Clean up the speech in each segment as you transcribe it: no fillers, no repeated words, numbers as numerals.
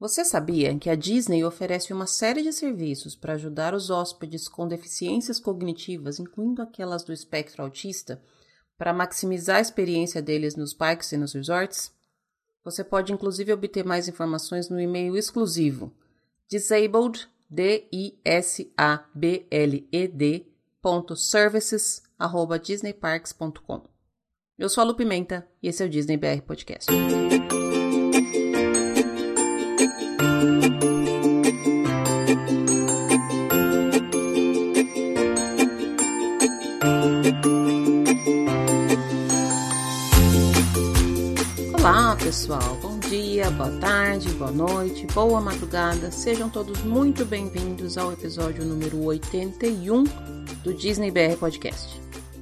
Você sabia que a Disney oferece uma série de serviços para ajudar os hóspedes com deficiências cognitivas, incluindo aquelas do espectro autista, para maximizar a experiência deles nos parques e nos resorts? Você pode inclusive obter mais informações no e-mail exclusivo disabled, disabled.services@disneyparks.com. Eu sou a Lu Pimenta e esse é o Disney BR Podcast. Olá pessoal, bom dia, boa tarde, boa noite, boa madrugada, sejam todos muito bem-vindos ao episódio número 81 do Disney BR Podcast.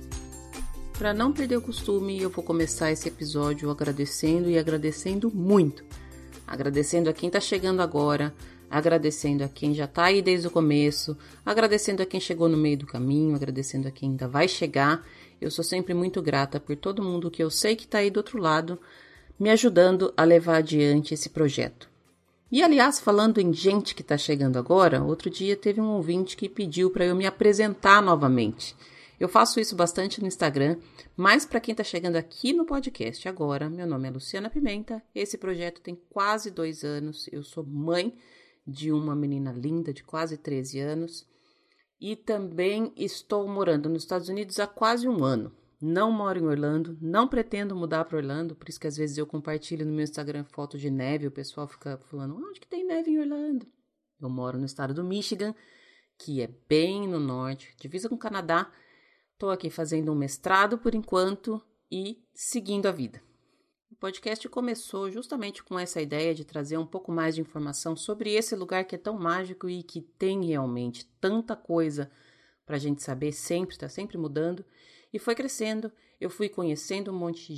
Para não perder o costume, eu vou começar esse episódio agradecendo muito. Agradecendo a quem está chegando agora, agradecendo a quem já está aí desde o começo, agradecendo a quem chegou no meio do caminho, agradecendo a quem ainda vai chegar. Eu sou sempre muito grata por todo mundo que eu sei que está aí do outro lado, me ajudando a levar adiante esse projeto. E aliás, falando em gente que está chegando agora, outro dia teve um ouvinte que pediu para eu me apresentar novamente. Eu faço isso bastante no Instagram, mas para quem está chegando aqui no podcast agora, meu nome é Luciana Pimenta, esse projeto tem quase 2 anos, eu sou mãe de uma menina linda de quase 13 anos e também estou morando nos Estados Unidos há quase 1 ano. Não moro em Orlando, não pretendo mudar para Orlando, por isso que às vezes eu compartilho no meu Instagram foto de neve, o pessoal fica falando, onde que tem neve em Orlando? Eu moro no estado do Michigan, que é bem no norte, divisa com o Canadá. Estou aqui fazendo um mestrado por enquanto e seguindo a vida. O podcast começou justamente com essa ideia de trazer um pouco mais de informação sobre esse lugar que é tão mágico e que tem realmente tanta coisa para a gente saber, está sempre mudando. E foi crescendo, eu fui conhecendo um monte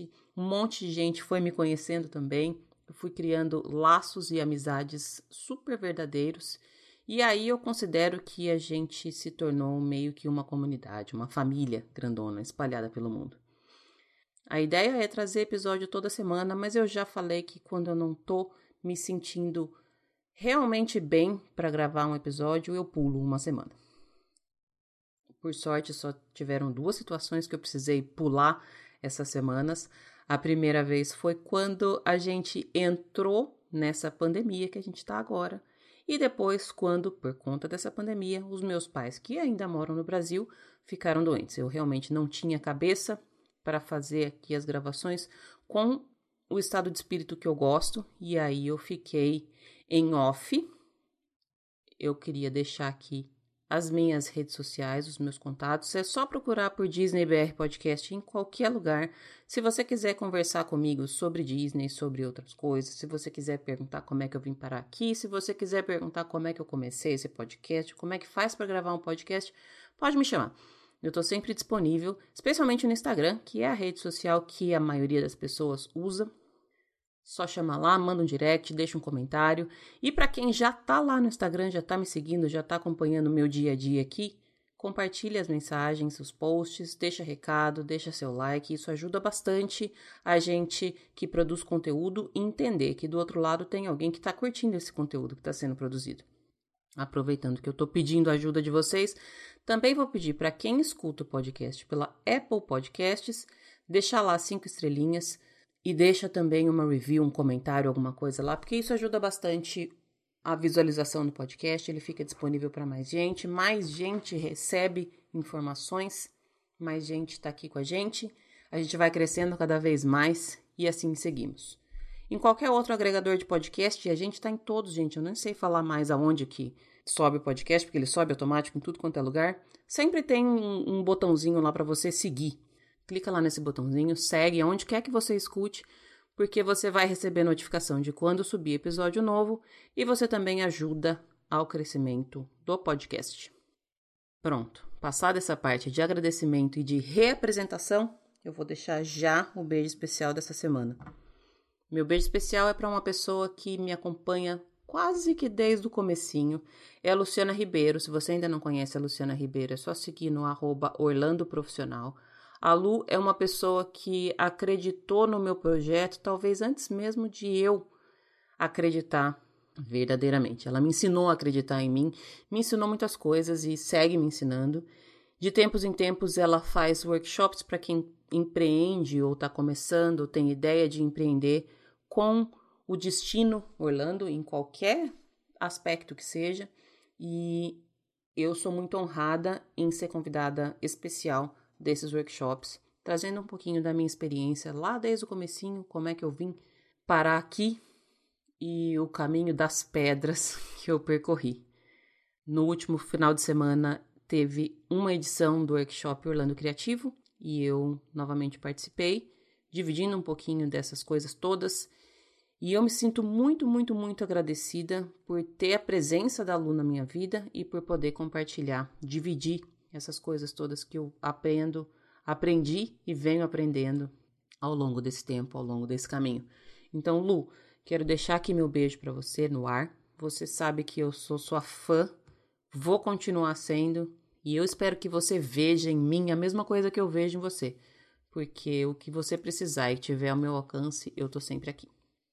de gente foi me conhecendo também, eu fui criando laços e amizades super verdadeiros, e aí eu considero que a gente se tornou meio que uma comunidade, uma família grandona, espalhada pelo mundo. A ideia é trazer episódio toda semana, mas eu já falei que quando eu não tô me sentindo realmente bem para gravar um episódio, eu pulo uma semana. Por sorte, só tiveram 2 situações que eu precisei pular essas semanas. A primeira vez foi quando a gente entrou nessa pandemia que a gente está agora. E depois, quando, por conta dessa pandemia, os meus pais, que ainda moram no Brasil, ficaram doentes. Eu realmente não tinha cabeça para fazer aqui as gravações com o estado de espírito que eu gosto. E aí eu fiquei em off. Eu queria deixar aqui as minhas redes sociais, os meus contatos, é só procurar por Disney BR Podcast em qualquer lugar. Se você quiser conversar comigo sobre Disney, sobre outras coisas, se você quiser perguntar como é que eu vim parar aqui, se você quiser perguntar como é que eu comecei esse podcast, como é que faz para gravar um podcast, pode me chamar. Eu estou sempre disponível, especialmente no Instagram, que é a rede social que a maioria das pessoas usa. Só chama lá, manda um direct, deixa um comentário. E para quem já tá lá no Instagram, já tá me seguindo, já tá acompanhando o meu dia a dia aqui, compartilhe as mensagens, os posts, deixa recado, deixa seu like. Isso ajuda bastante a gente que produz conteúdo entender que do outro lado tem alguém que tá curtindo esse conteúdo que está sendo produzido. Aproveitando que eu tô pedindo a ajuda de vocês, também vou pedir para quem escuta o podcast pela Apple Podcasts, deixar lá 5 estrelinhas, e deixa também uma review, um comentário, alguma coisa lá, porque isso ajuda bastante a visualização do podcast, ele fica disponível para mais gente recebe informações, mais gente está aqui com a gente vai crescendo cada vez mais e assim seguimos. Em qualquer outro agregador de podcast, a gente está em todos, gente, eu não sei falar mais aonde que sobe o podcast, porque ele sobe automático em tudo quanto é lugar, sempre tem um botãozinho lá para você seguir. Clica lá nesse botãozinho, segue aonde quer que você escute, porque você vai receber notificação de quando subir episódio novo e você também ajuda ao crescimento do podcast. Pronto, passada essa parte de agradecimento e de reapresentação, eu vou deixar já o beijo especial dessa semana. Meu beijo especial é para uma pessoa que me acompanha quase que desde o comecinho, é a Luciana Ribeiro. Se você ainda não conhece a Luciana Ribeiro, é só seguir no @orlandoprofissional. A Lu é uma pessoa que acreditou no meu projeto, talvez antes mesmo de eu acreditar verdadeiramente. Ela me ensinou a acreditar em mim, me ensinou muitas coisas e segue me ensinando. De tempos em tempos, ela faz workshops para quem empreende ou está começando, ou tem ideia de empreender com o destino Orlando, em qualquer aspecto que seja. E eu sou muito honrada em ser convidada especial desses workshops, trazendo um pouquinho da minha experiência lá desde o comecinho, como é que eu vim parar aqui e o caminho das pedras que eu percorri. No último final de semana teve uma edição do workshop Orlando Criativo e eu novamente participei, dividindo um pouquinho dessas coisas todas. E eu me sinto muito, muito, muito agradecida por ter a presença da Lu na minha vida e por poder compartilhar, dividir essas coisas todas que eu aprendi e venho aprendendo ao longo desse tempo, ao longo desse caminho. Então, Lu, quero deixar aqui meu beijo para você no ar. Você sabe que eu sou sua fã, vou continuar sendo e eu espero que você veja em mim a mesma coisa que eu vejo em você, porque o que você precisar e tiver ao meu alcance, eu tô sempre aqui.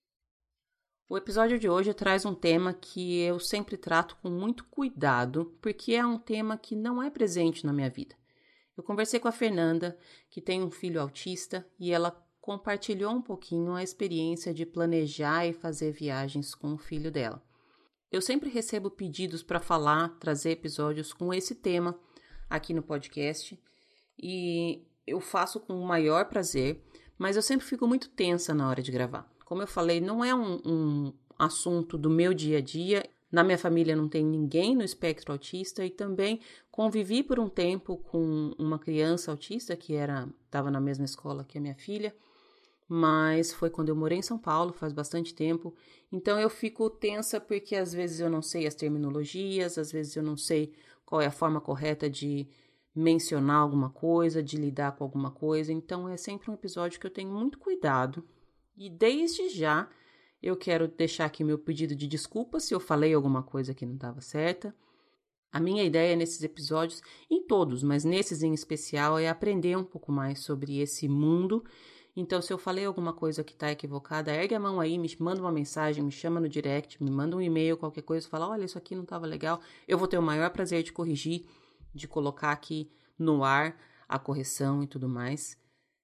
O episódio de hoje traz um tema que eu sempre trato com muito cuidado, porque é um tema que não é presente na minha vida. Eu conversei com a Fernanda, que tem um filho autista, e ela compartilhou um pouquinho a experiência de planejar e fazer viagens com o filho dela. Eu sempre recebo pedidos para falar, trazer episódios com esse tema aqui no podcast, e eu faço com o maior prazer, mas eu sempre fico muito tensa na hora de gravar. Como eu falei, não é um assunto do meu dia a dia. Na minha família não tem ninguém no espectro autista e também convivi por um tempo com uma criança autista que estava na mesma escola que a minha filha, mas foi quando eu morei em São Paulo, faz bastante tempo. Então eu fico tensa porque às vezes eu não sei as terminologias, às vezes eu não sei qual é a forma correta de mencionar alguma coisa, de lidar com alguma coisa. Então é sempre um episódio que eu tenho muito cuidado. E desde já, eu quero deixar aqui meu pedido de desculpa se eu falei alguma coisa que não estava certa. A minha ideia nesses episódios, em todos, mas nesses em especial, é aprender um pouco mais sobre esse mundo. Então, se eu falei alguma coisa que está equivocada, ergue a mão aí, me manda uma mensagem, me chama no direct, me manda um e-mail, qualquer coisa, fala, olha, isso aqui não estava legal. Eu vou ter o maior prazer de corrigir, de colocar aqui no ar a correção e tudo mais.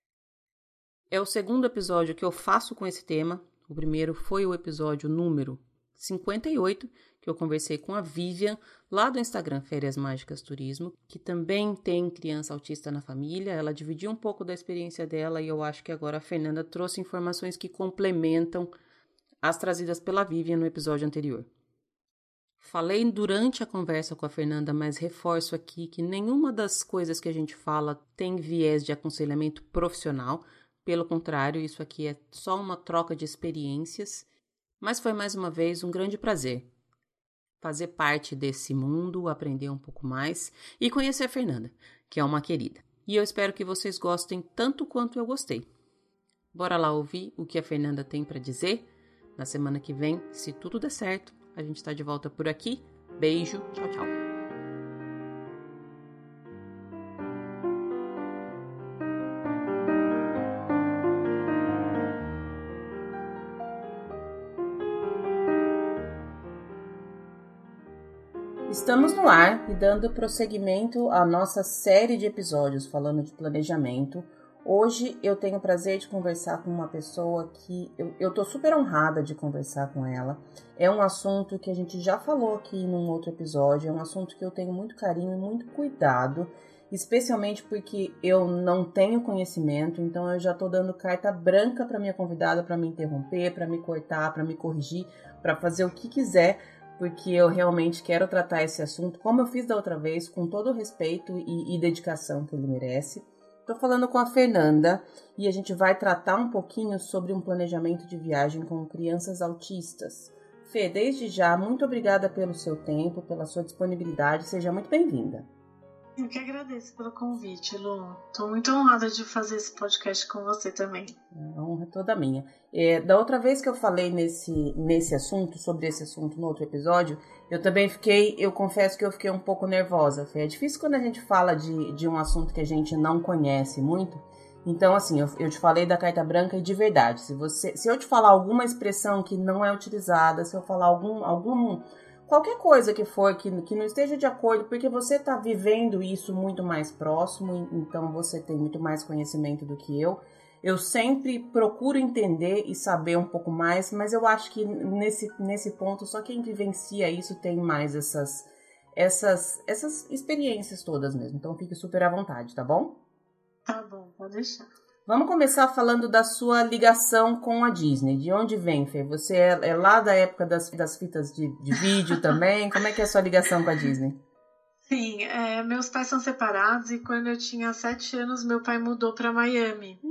É o segundo episódio que eu faço com esse tema. O primeiro foi o episódio número 58, que eu conversei com a Vivian, lá do Instagram Férias Mágicas Turismo, que também tem criança autista na família. Ela dividiu um pouco da experiência dela e eu acho que agora a Fernanda trouxe informações que complementam as trazidas pela Vivian no episódio anterior. Falei durante a conversa com a Fernanda, mas reforço aqui que nenhuma das coisas que a gente fala tem viés de aconselhamento profissional. Pelo contrário, isso aqui é só uma troca de experiências, mas foi mais uma vez um grande prazer fazer parte desse mundo, aprender um pouco mais e conhecer a Fernanda, que é uma querida. E eu espero que vocês gostem tanto quanto eu gostei. Bora lá ouvir o que a Fernanda tem para dizer? Na semana que vem, se tudo der certo, a gente está de volta por aqui. Beijo, tchau, tchau. Estamos no ar e dando prosseguimento à nossa série de episódios falando de planejamento. Hoje eu tenho o prazer de conversar com uma pessoa que eu tô super honrada de conversar com ela. É um assunto que a gente já falou aqui num outro episódio, é um assunto que eu tenho muito carinho e muito cuidado, especialmente porque eu não tenho conhecimento, então eu já tô dando carta branca para minha convidada para me interromper, para me cortar, para me corrigir, para fazer o que quiser, porque eu realmente quero tratar esse assunto, como eu fiz da outra vez, com todo o respeito e dedicação que ele merece. Estou falando com a Fernanda e a gente vai tratar um pouquinho sobre um planejamento de viagem com crianças autistas. Fê, desde já, muito obrigada pelo seu tempo, pela sua disponibilidade, seja muito bem-vinda. Eu que agradeço pelo convite, Lu. Estou muito honrada de fazer esse podcast com você também. A honra é toda minha. Da outra vez que eu falei nesse assunto, sobre esse assunto no outro episódio, eu confesso que eu fiquei um pouco nervosa. É difícil quando a gente fala de um assunto que a gente não conhece muito. Então, assim, eu te falei da carta branca e de verdade. Se eu te falar alguma expressão que não é utilizada, se eu falar qualquer coisa que for que não esteja de acordo, porque você está vivendo isso muito mais próximo, então você tem muito mais conhecimento do que eu. Eu sempre procuro entender e saber um pouco mais, mas eu acho que nesse ponto só quem vivencia isso tem mais essas experiências todas mesmo. Então fique super à vontade, tá bom? Tá bom, pode deixar. Vamos começar falando da sua ligação com a Disney. De onde vem, Fê? Você é lá da época das fitas de vídeo também? Como é que é a sua ligação com a Disney? Sim, meus pais são separados e quando eu tinha 7 anos, meu pai mudou para Miami.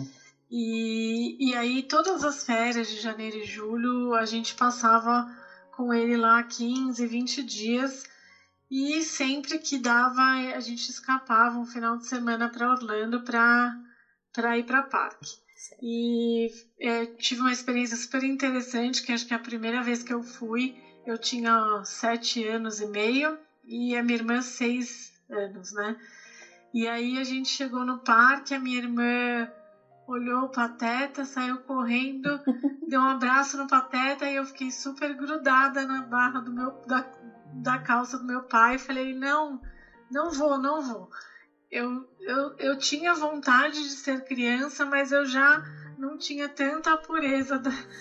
E aí todas as férias de janeiro e julho a gente passava com ele lá 15, 20 dias. E sempre que dava, a gente escapava um final de semana para Orlando para ir para parque. E tive uma experiência super interessante, que acho que a primeira vez que eu fui, eu tinha 7 anos e meio e a minha irmã 6 anos, né? E aí a gente chegou no parque, a minha irmã olhou o Pateta, saiu correndo, deu um abraço no Pateta e eu fiquei super grudada na barra da calça do meu pai. Falei, não vou. Eu tinha vontade de ser criança, mas eu já não tinha tanta pureza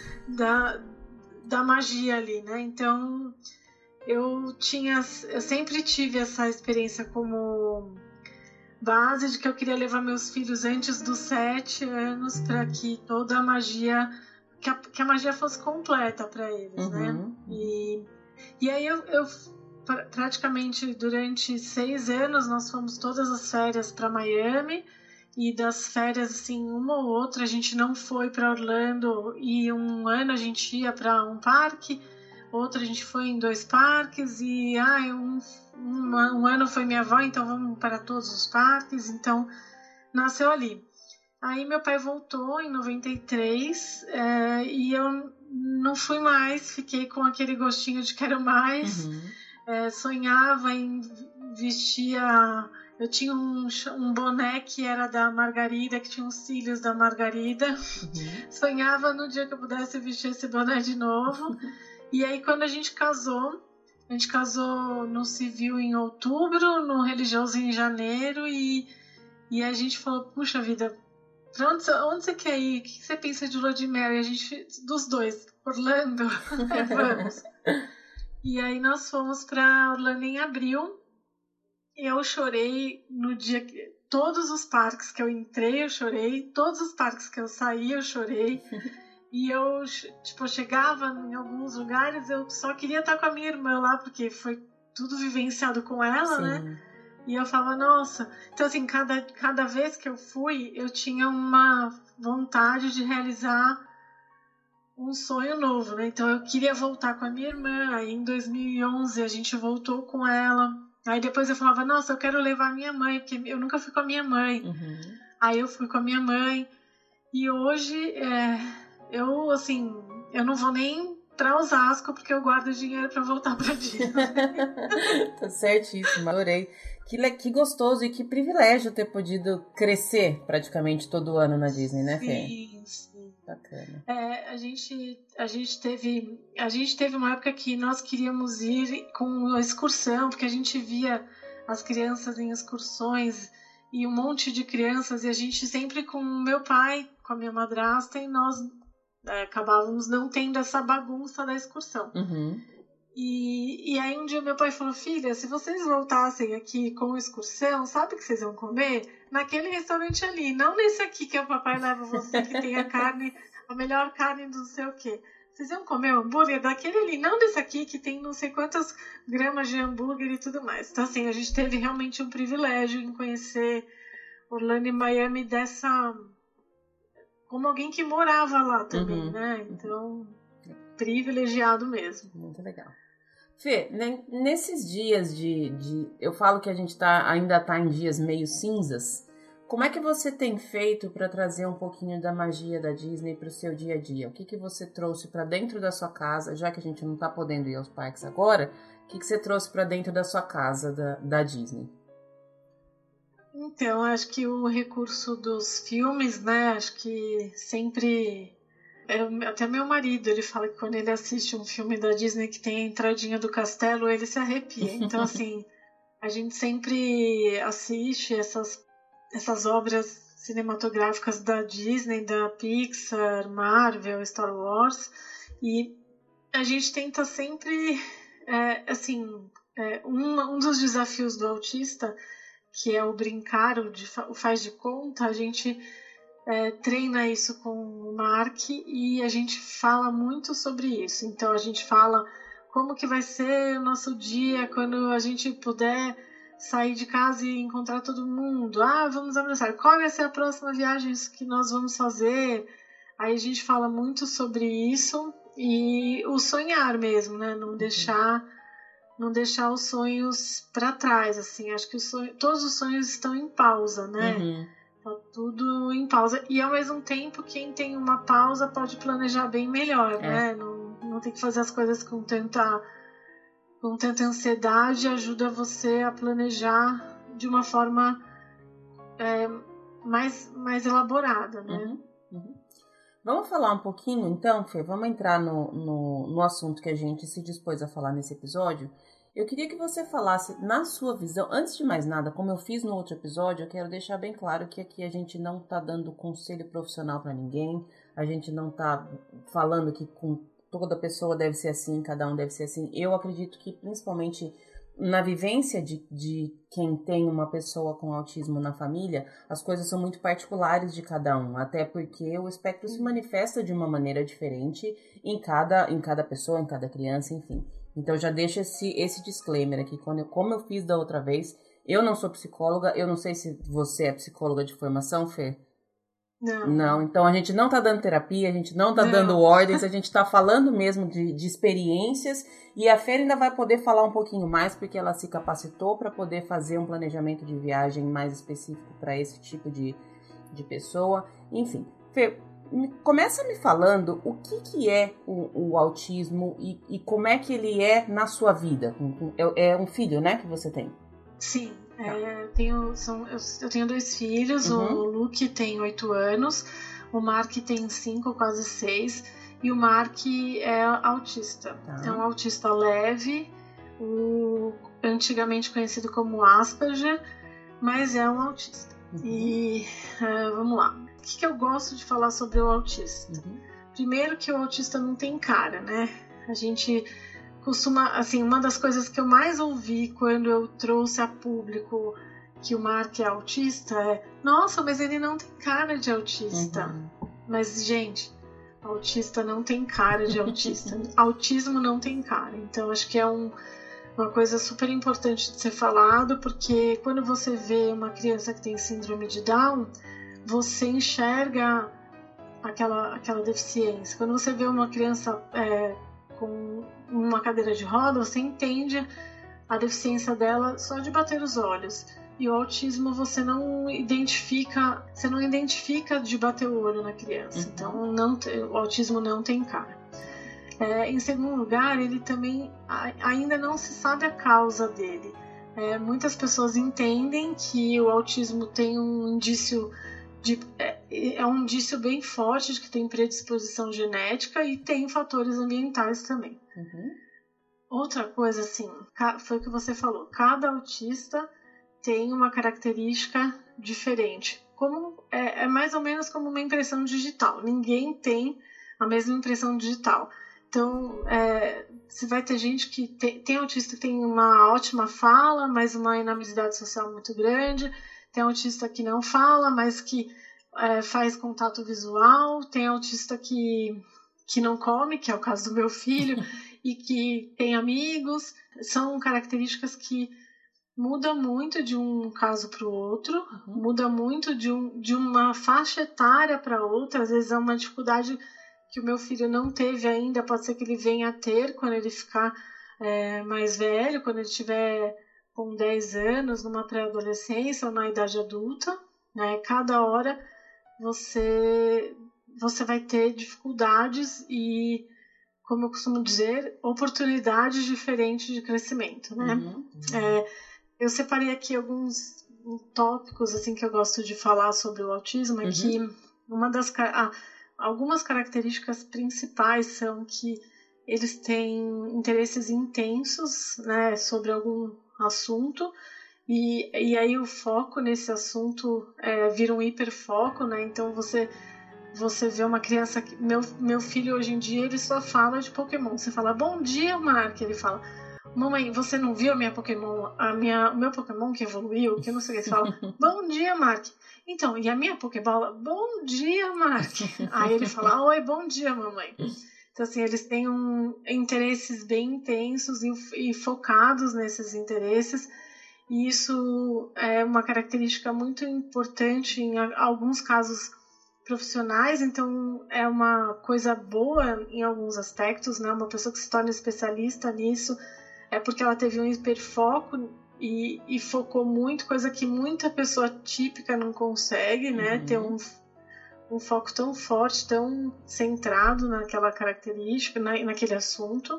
da magia ali, né? Então eu sempre tive essa experiência como base de que eu queria levar meus filhos antes dos 7 anos para que toda a magia, que a magia fosse completa para eles, né? E aí eu praticamente durante 6 anos nós fomos todas as férias para Miami, e das férias assim uma ou outra a gente não foi para Orlando, e um ano a gente ia para um parque, outro a gente foi em 2 parques, e um ano foi minha avó, então vamos para todos os parques. Então nasceu ali. Aí meu pai voltou em 93 e eu não fui mais, fiquei com aquele gostinho de quero mais. Sonhava em vestir eu tinha um boné que era da Margarida, que tinha os cílios da Margarida. Sonhava no dia que eu pudesse vestir esse boné de novo. E aí quando a gente casou no civil em outubro, no religioso em janeiro, e a gente falou, puxa vida, pra onde você quer ir? O que você pensa de lua de mel? E a gente, dos dois, Orlando, vamos. E aí nós fomos para Orlando em abril. Eu chorei no dia que... Todos os parques que eu entrei, eu chorei. Todos os parques que eu saí, eu chorei. E eu, tipo, chegava em alguns lugares, eu só queria estar com a minha irmã lá, porque foi tudo vivenciado com ela, né? E eu falava, nossa... Então, assim, cada vez que eu fui, eu tinha uma vontade de realizar um sonho novo, né? Então eu queria voltar com a minha irmã. Aí em 2011 a gente voltou com ela. Aí depois eu falava, nossa, eu quero levar a minha mãe, porque eu nunca fui com a minha mãe. Aí eu fui com a minha mãe. E hoje eu não vou nem pra Osasco, porque eu guardo dinheiro pra voltar pra Disney. Tá certíssimo, adorei. Que gostoso e que privilégio ter podido crescer praticamente todo ano na Disney, né, Fê? Sim. Bacana. A gente teve uma época que nós queríamos ir com a excursão, porque a gente via as crianças em excursões e um monte de crianças, e a gente sempre com o meu pai, com a minha madrasta, e nós acabávamos não tendo essa bagunça da excursão. E aí um dia meu pai falou, filha, se vocês voltassem aqui com excursão, sabe o que vocês vão comer? Naquele restaurante ali, não nesse aqui que o papai leva você, que tem a melhor carne do não sei o quê. Vocês vão comer o hambúrguer daquele ali, não desse aqui que tem não sei quantas gramas de hambúrguer e tudo mais. Então assim, a gente teve realmente um privilégio em conhecer Orlando e Miami como alguém que morava lá também, né? Então, privilegiado mesmo. Muito legal. Fê, nesses dias eu falo que a gente ainda tá em dias meio cinzas. Como é que você tem feito para trazer um pouquinho da magia da Disney para o seu dia a dia? O que você trouxe para dentro da sua casa, já que a gente não tá podendo ir aos parques agora? O que você trouxe para dentro da sua casa da Disney? Então, acho que o recurso dos filmes, né, acho que sempre... Até meu marido, ele fala que quando ele assiste um filme da Disney que tem a entradinha do castelo, ele se arrepia. Então, assim, a gente sempre assiste essas obras cinematográficas da Disney, da Pixar, Marvel, Star Wars, e a gente tenta sempre, um dos desafios do autista, que é o brincar, o faz de conta, a gente treina isso com o Mark e a gente fala muito sobre isso. Então a gente fala como que vai ser o nosso dia quando a gente puder sair de casa e encontrar todo mundo. Vamos abraçar. Qual vai ser a próxima viagem que nós vamos fazer? Aí a gente fala muito sobre isso e o sonhar mesmo, né? Não deixar os sonhos para trás, assim. Acho que todos os sonhos estão em pausa, né? Tá tudo em pausa. E ao mesmo tempo, quem tem uma pausa pode planejar bem melhor, né? Não tem que fazer as coisas com tanta ansiedade. Ajuda você a planejar de uma forma mais elaborada, né? Vamos falar um pouquinho, então, Fê? Vamos entrar no assunto que a gente se dispôs a falar nesse episódio. Eu queria que você falasse, na sua visão, antes de mais nada, como eu fiz no outro episódio, eu quero deixar bem claro que aqui a gente não está dando conselho profissional para ninguém, a gente não está falando que com toda pessoa deve ser assim, cada um deve ser assim. Eu acredito que, principalmente na vivência de quem tem uma pessoa com autismo na família, as coisas são muito particulares de cada um, até porque o espectro se manifesta de uma maneira diferente em cada pessoa, em cada criança, enfim. Então já deixo esse disclaimer aqui, como eu fiz da outra vez, eu não sou psicóloga, eu não sei se você é psicóloga de formação, Fê? Não, então a gente não tá dando terapia, a gente não tá dando ordens, a gente tá falando mesmo de experiências, e a Fê ainda vai poder falar um pouquinho mais, porque ela se capacitou para poder fazer um planejamento de viagem mais específico para esse tipo de pessoa. Enfim, Fê, começa me falando o que é o autismo e como é que ele é na sua vida. É um filho, né, que você tem? Sim. Eu tenho 2 filhos, o Luke tem 8 anos, o Mark tem 5, quase 6, e o Mark é autista. É um autista leve, antigamente conhecido como Asperger, mas é um autista. E vamos lá. O que eu gosto de falar sobre o autista? Primeiro que o autista não tem cara, né? A gente costuma, assim, uma das coisas que eu mais ouvi quando eu trouxe a público que o Mark é autista é: nossa, mas ele não tem cara de autista. Mas, gente, autista não tem cara de autista. Autismo não tem cara. Então, acho que é uma coisa super importante de ser falado, porque quando você vê uma criança que tem síndrome de Down, você enxerga aquela deficiência. Quando você vê uma criança com uma cadeira de roda, você entende a deficiência dela só de bater os olhos. E o autismo você não identifica de bater o olho na criança. Então o autismo não tem cara. Em segundo lugar, ele também ainda não se sabe a causa dele. Muitas pessoas entendem que o autismo tem um indício um indício bem forte de que tem predisposição genética e tem fatores ambientais também. Outra coisa, assim, foi o que você falou, cada autista tem uma característica diferente. É mais ou menos como uma impressão digital. Ninguém tem a mesma impressão digital. Então, você vai ter gente que tem autista que tem uma ótima fala, mas uma inabilidade social muito grande. Tem autista que não fala, mas que faz contato visual. Tem autista que não come, que é o caso do meu filho, e que tem amigos. São características que mudam muito de um caso para o outro, muda muito de uma faixa etária para outra. Às vezes é uma dificuldade que o meu filho não teve ainda, pode ser que ele venha a ter quando ele ficar mais velho, quando ele estiver com 10 anos, numa pré-adolescência ou na idade adulta, né? Cada hora você vai ter dificuldades e, como eu costumo dizer, oportunidades diferentes de crescimento, né? Eu separei aqui alguns tópicos assim que eu gosto de falar sobre o autismo é que algumas características principais são que eles têm interesses intensos, né, sobre algum assunto, e aí o foco nesse assunto vira um hiperfoco, né? Então você vê uma criança... Meu filho hoje em dia ele só fala de Pokémon. Você fala, bom dia, Mark. Ele fala, mamãe, você não viu a minha Pokémon? O meu Pokémon que evoluiu? Que não sei o que. Você fala, bom dia, Mark. Então, e a minha Pokébola? Bom dia, Mark. Aí ele fala, oi, bom dia, mamãe. Então, assim, eles têm interesses bem intensos e focados nesses interesses. E isso é uma característica muito importante em alguns casos profissionais, então é uma coisa boa em alguns aspectos, né? Uma pessoa que se torna especialista nisso é porque ela teve um hiperfoco e focou muito, coisa que muita pessoa típica não consegue, né? Ter um foco tão forte, tão centrado naquela característica, naquele assunto.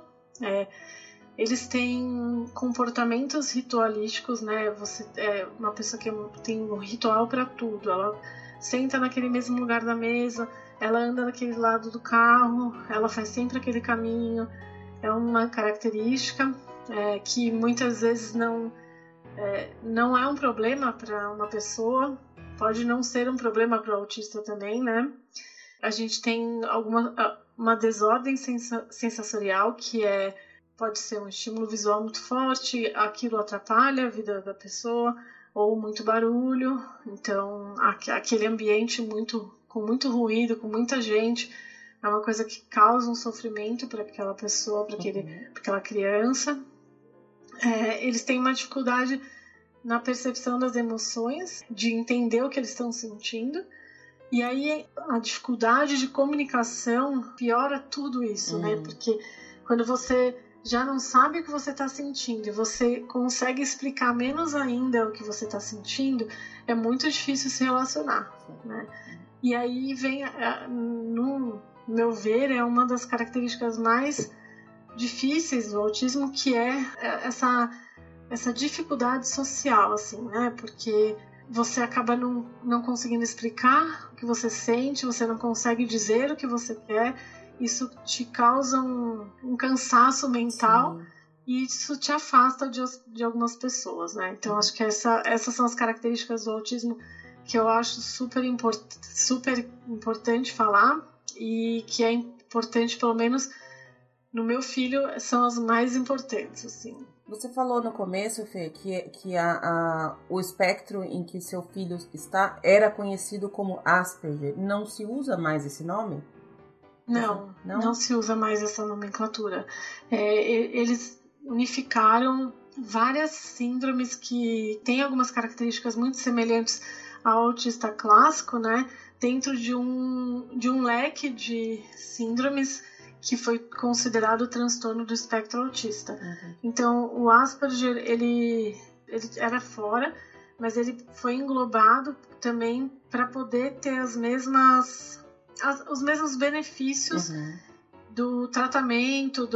Eles têm comportamentos ritualísticos, né? Você é uma pessoa que tem um ritual para tudo. Ela senta naquele mesmo lugar da mesa, ela anda naquele lado do carro, ela faz sempre aquele caminho. É uma característica que muitas vezes não é um problema para uma pessoa, pode não ser um problema para o autista também, né? A gente tem uma desordem sensorial que pode ser um estímulo visual muito forte, aquilo atrapalha a vida da pessoa, ou muito barulho, então aquele ambiente com muito ruído, com muita gente, é uma coisa que causa um sofrimento para aquela pessoa, para aquela criança. Eles têm uma dificuldade na percepção das emoções, de entender o que eles estão sentindo, e aí a dificuldade de comunicação piora tudo isso, né? Porque quando você já não sabe o que você está sentindo e você consegue explicar menos ainda o que você está sentindo, é muito difícil se relacionar, né? E aí vem, no meu ver, é uma das características mais difíceis do autismo, que é essa dificuldade social, assim, né? Porque você acaba não conseguindo explicar o que você sente, você não consegue dizer o que você quer, isso te causa um cansaço mental. Sim. E isso te afasta de algumas pessoas, né? Então, acho que essas são as características do autismo que eu acho super importante falar, e que é importante, pelo menos no meu filho, são as mais importantes, assim. Você falou no começo, Fê, que o espectro em que seu filho está era conhecido como Asperger. Não se usa mais esse nome? Não se usa mais essa nomenclatura. Eles unificaram várias síndromes que têm algumas características muito semelhantes ao autista clássico, né? Dentro de um leque de síndromes que foi considerado transtorno do espectro autista. Uhum. Então, o Asperger, ele era fora, mas ele foi englobado também para poder ter os mesmos benefícios do tratamento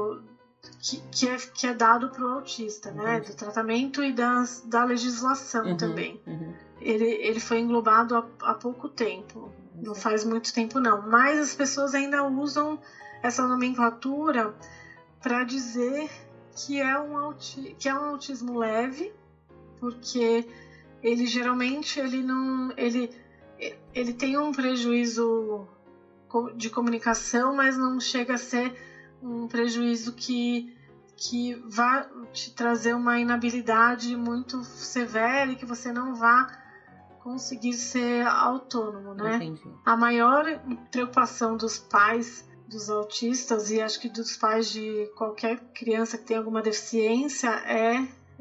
que é dado para o autista, né? Do tratamento e da legislação também. Ele foi englobado há pouco tempo, não faz muito tempo não, mas as pessoas ainda usam essa nomenclatura para dizer que é um autismo leve, porque ele geralmente ele tem um prejuízo de comunicação, mas não chega a ser um prejuízo que vá te trazer uma inabilidade muito severa e que você não vá conseguir ser autônomo, né? Entendi. A maior preocupação dos pais dos autistas, e acho que dos pais de qualquer criança que tem alguma deficiência, é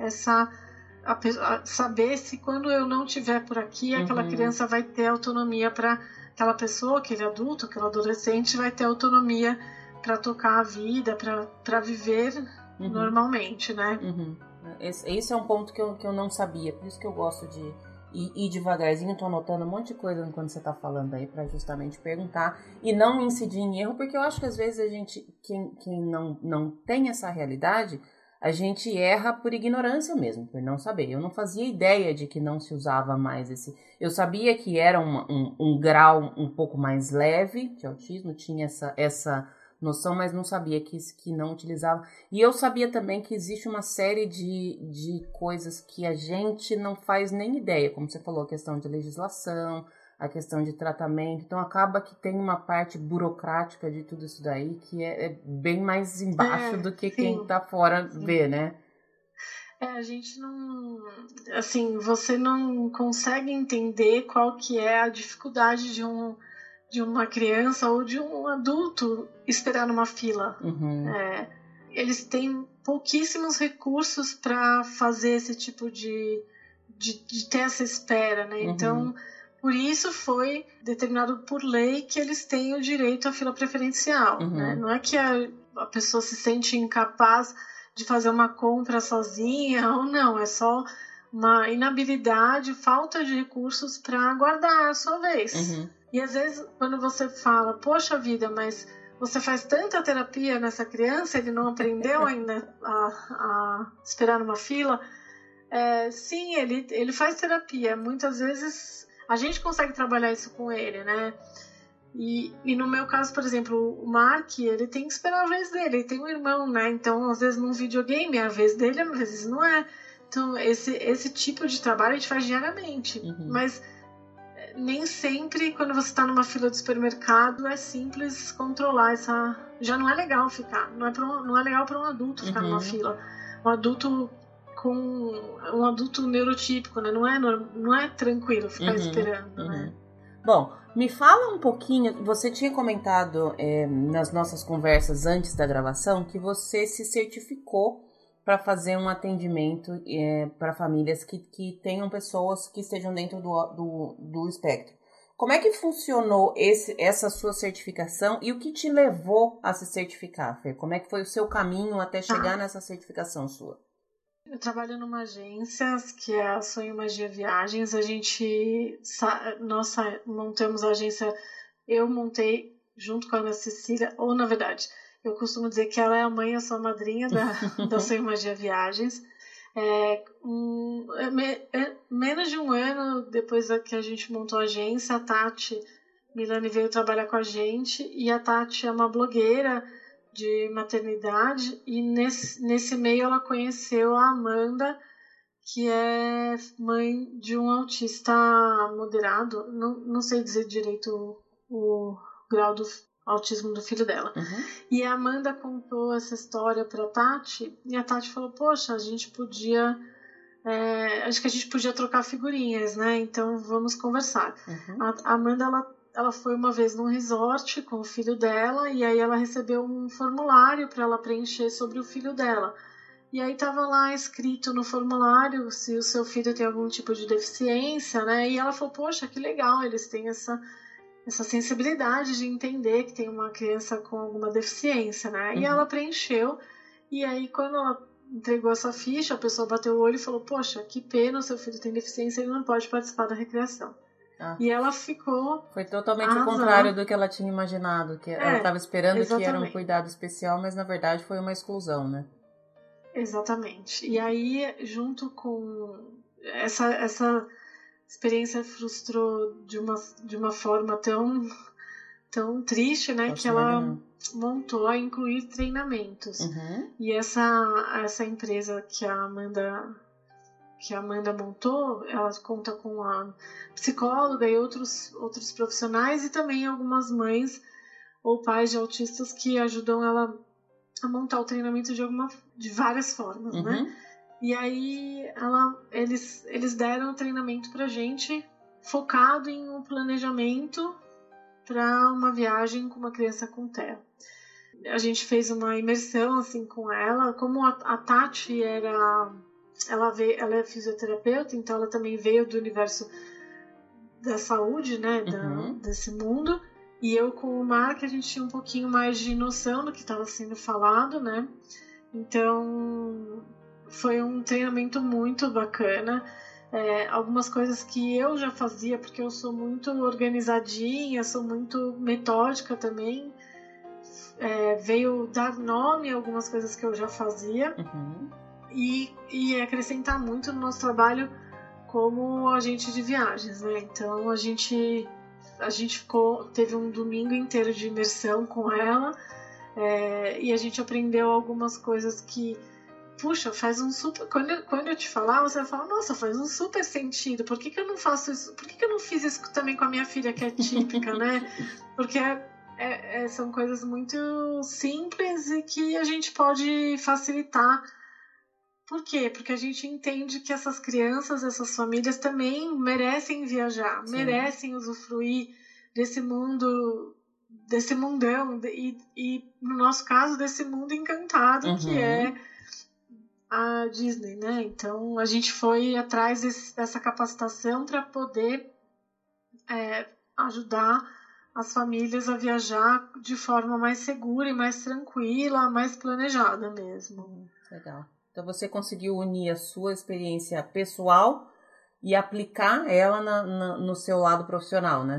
saber se quando eu não estiver por aqui, aquela criança vai ter autonomia para aquela pessoa, aquele adulto, aquele adolescente vai ter autonomia para tocar a vida, para viver normalmente, né? Esse é um ponto que eu não sabia, por isso que eu gosto de ir devagarzinho. Tô anotando um monte de coisa enquanto você tá falando aí, para justamente perguntar e não incidir em erro, porque eu acho que às vezes a gente, quem não tem essa realidade, a gente erra por ignorância mesmo, por não saber. Eu não fazia ideia de que não se usava mais esse... Eu sabia que era um grau um pouco mais leve de autismo, tinha essa noção, mas não sabia que não utilizava. E eu sabia também que existe uma série de coisas que a gente não faz nem ideia, como você falou, a questão de legislação, a questão de tratamento. Então acaba que tem uma parte burocrática de tudo isso daí que é bem mais embaixo do que quem tá fora vê, né? A gente não... Assim, você não consegue entender qual que é a dificuldade de uma criança ou de um adulto esperar numa fila. Uhum. Eles têm pouquíssimos recursos para fazer esse tipo de ter essa espera, né? Uhum. Então, por isso foi determinado por lei que eles têm o direito à fila preferencial, uhum. né? Não é que a pessoa se sente incapaz de fazer uma compra sozinha ou não, é só uma inabilidade, falta de recursos para aguardar a sua vez. Uhum. E às vezes, quando você fala, poxa vida, mas você faz tanta terapia nessa criança, ele não aprendeu ainda a esperar numa fila. Sim, ele faz terapia. Muitas vezes a gente consegue trabalhar isso com ele, né? E no meu caso, por exemplo, o Mark, ele tem que esperar a vez dele. Ele tem um irmão, né? Então, às vezes, num videogame, a vez dele, às vezes não é. Então, esse tipo de trabalho a gente faz diariamente. Uhum. Mas nem sempre, quando você está numa fila de supermercado, é simples controlar essa... Já não é legal ficar. Não é legal para um adulto ficar numa fila. Um adulto um adulto neurotípico, né? Não é tranquilo ficar esperando, né? Bom, me fala um pouquinho, você tinha comentado nas nossas conversas antes da gravação que você se certificou para fazer um atendimento para famílias que tenham pessoas que estejam dentro do espectro. Como é que funcionou essa sua certificação e o que te levou a se certificar, Fê? Como é que foi o seu caminho até chegar nessa certificação sua? Eu trabalho numa agência que é a Sonho Magia Viagens. Nós montamos a agência, eu montei junto com a Ana Cecília, ou na verdade, eu costumo dizer que ela é a mãe, eu sou a madrinha da Sonho Magia Viagens. Menos de um ano depois que a gente montou a agência, a Tati Milani veio trabalhar com a gente, e a Tati é uma blogueira de maternidade, e nesse meio ela conheceu a Amanda, que é mãe de um autista moderado, não sei dizer direito o grau do autismo do filho dela. E a Amanda contou essa história para a Tati, e a Tati falou, poxa, acho que a gente podia trocar figurinhas, né? Então vamos conversar. A Amanda, ela foi uma vez num resort com o filho dela, e aí ela recebeu um formulário para ela preencher sobre o filho dela. E aí estava lá escrito no formulário se o seu filho tem algum tipo de deficiência, né? E ela falou, poxa, que legal, eles têm essa sensibilidade de entender que tem uma criança com alguma deficiência, né? E ela preencheu, e aí quando ela entregou essa ficha, a pessoa bateu o olho e falou, poxa, que pena, o seu filho tem deficiência, ele não pode participar da recreação. E ela ficou... Foi totalmente o contrário do que ela tinha imaginado. Que ela estava esperando exatamente. Que era um cuidado especial, mas na verdade foi uma exclusão, né? Exatamente. E aí, junto com essa experiência, frustrou de uma forma tão triste, né? Que ela montou a incluir treinamentos. E essa empresa que a Amanda montou, ela conta com a psicóloga e outros profissionais, e também algumas mães ou pais de autistas que ajudam ela a montar o treinamento de várias formas, né? E aí eles deram o treinamento pra gente focado em um planejamento para uma viagem com uma criança com TEA. A gente fez uma imersão assim com ela, como a Tati ela é fisioterapeuta, então ela também veio do universo da saúde, né, desse mundo. E eu com o Mark, a gente tinha um pouquinho mais de noção do que estava sendo falado, né? Então, foi um treinamento muito bacana. Algumas coisas que eu já fazia, porque eu sou muito organizadinha, sou muito metódica também, veio dar nome a algumas coisas que eu já fazia e acrescentar muito no nosso trabalho como agente de viagens, né? Então a gente teve um domingo inteiro de imersão com ela e a gente aprendeu algumas coisas que, puxa, faz um super... Quando eu te falar, você vai falar, nossa, faz um super sentido. Por que eu não faço isso? Por que eu não fiz isso também com a minha filha, que é típica, né? Porque são coisas muito simples e que a gente pode facilitar. Por quê? Porque a gente entende que essas crianças, essas famílias também merecem viajar, merecem usufruir desse mundo, desse mundão e no nosso caso, desse mundo encantado que é a Disney, né? Então a gente foi atrás dessa capacitação para poder ajudar as famílias a viajar de forma mais segura e mais tranquila, mais planejada mesmo. Legal. Então você conseguiu unir a sua experiência pessoal e aplicar ela no seu lado profissional, né?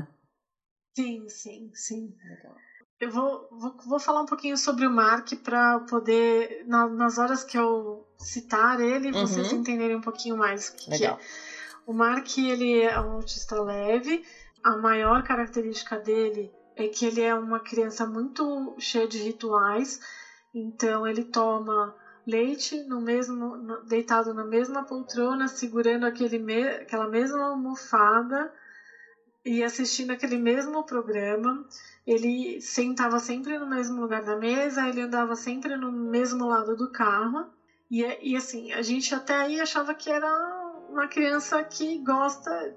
Sim. Legal. Eu vou falar um pouquinho sobre o Mark para poder, nas horas que eu citar ele, vocês entenderem um pouquinho mais o que é. O Mark, ele é um autista leve. A maior característica dele é que ele é uma criança muito cheia de rituais. Então ele toma leite deitado na mesma poltrona, segurando aquela mesma almofada e assistindo aquele mesmo programa. Ele sentava sempre no mesmo lugar da mesa, ele andava sempre no mesmo lado do carro. E assim, a gente até aí achava que era uma criança que gosta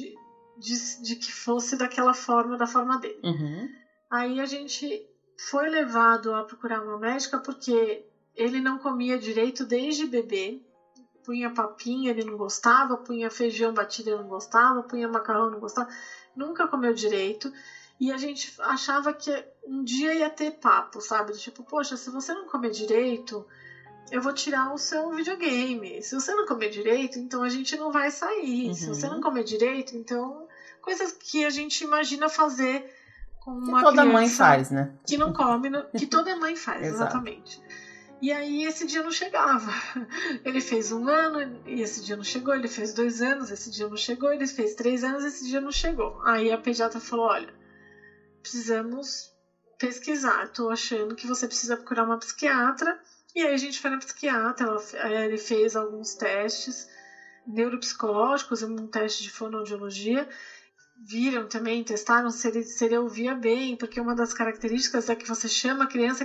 de que fosse daquela forma, da forma dele. Aí a gente foi levado a procurar uma médica porque ele não comia direito desde bebê. Punha papinha, ele não gostava, punha feijão batido, ele não gostava, punha macarrão, não gostava. Nunca comeu direito. E a gente achava que um dia ia ter papo, sabe? Tipo, poxa, se você não comer direito, eu vou tirar o seu videogame. Se você não comer direito, então a gente não vai sair. Se você não comer direito, então... Coisas que a gente imagina fazer com uma criança... Que toda mãe faz, né? Que não come, que toda mãe faz, exatamente. E aí esse dia não chegava. Ele fez 1 ano e esse dia não chegou. Ele fez 2 anos, esse dia não chegou. Ele fez 3 anos, esse dia não chegou. Aí a pediatra falou, olha, precisamos pesquisar. Tô achando que você precisa procurar uma psiquiatra. E aí a gente foi na psiquiatra. Ele fez alguns testes neuropsicológicos, um teste de fonoaudiologia. Viram também, testaram se ele ouvia bem, porque uma das características é que você chama a criança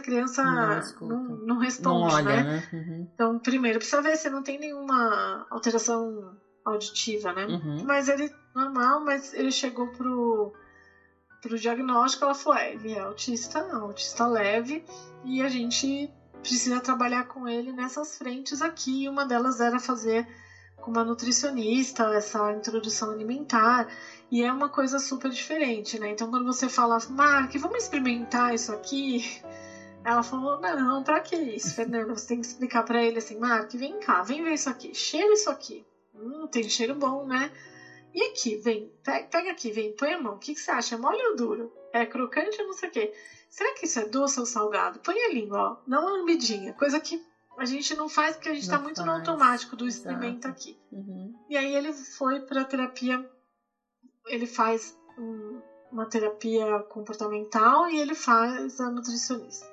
não responde, não olha, né? Então, primeiro, precisa ver se não tem nenhuma alteração auditiva, né? Mas ele, normal, mas ele chegou pro diagnóstico, ela falou, ele é autista leve, e a gente precisa trabalhar com ele nessas frentes aqui, e uma delas era fazer com uma nutricionista, essa introdução alimentar, e é uma coisa super diferente, né? Então, quando você fala, Mark, vamos experimentar isso aqui? Ela falou, não, pra que isso, Fernanda? Você tem que explicar pra ele assim, Mark, vem cá, vem ver isso aqui, cheira isso aqui. Tem cheiro bom, né? E aqui, vem, pega aqui, vem, põe a mão, o que você acha? É mole ou duro? É crocante ou não sei o quê? Será que isso é doce ou salgado? Põe a língua, ó, dá uma lambidinha, coisa que a gente não faz porque a gente está muito no automático do experimento aqui. E aí ele foi para terapia, ele faz uma terapia comportamental e ele faz a nutricionista.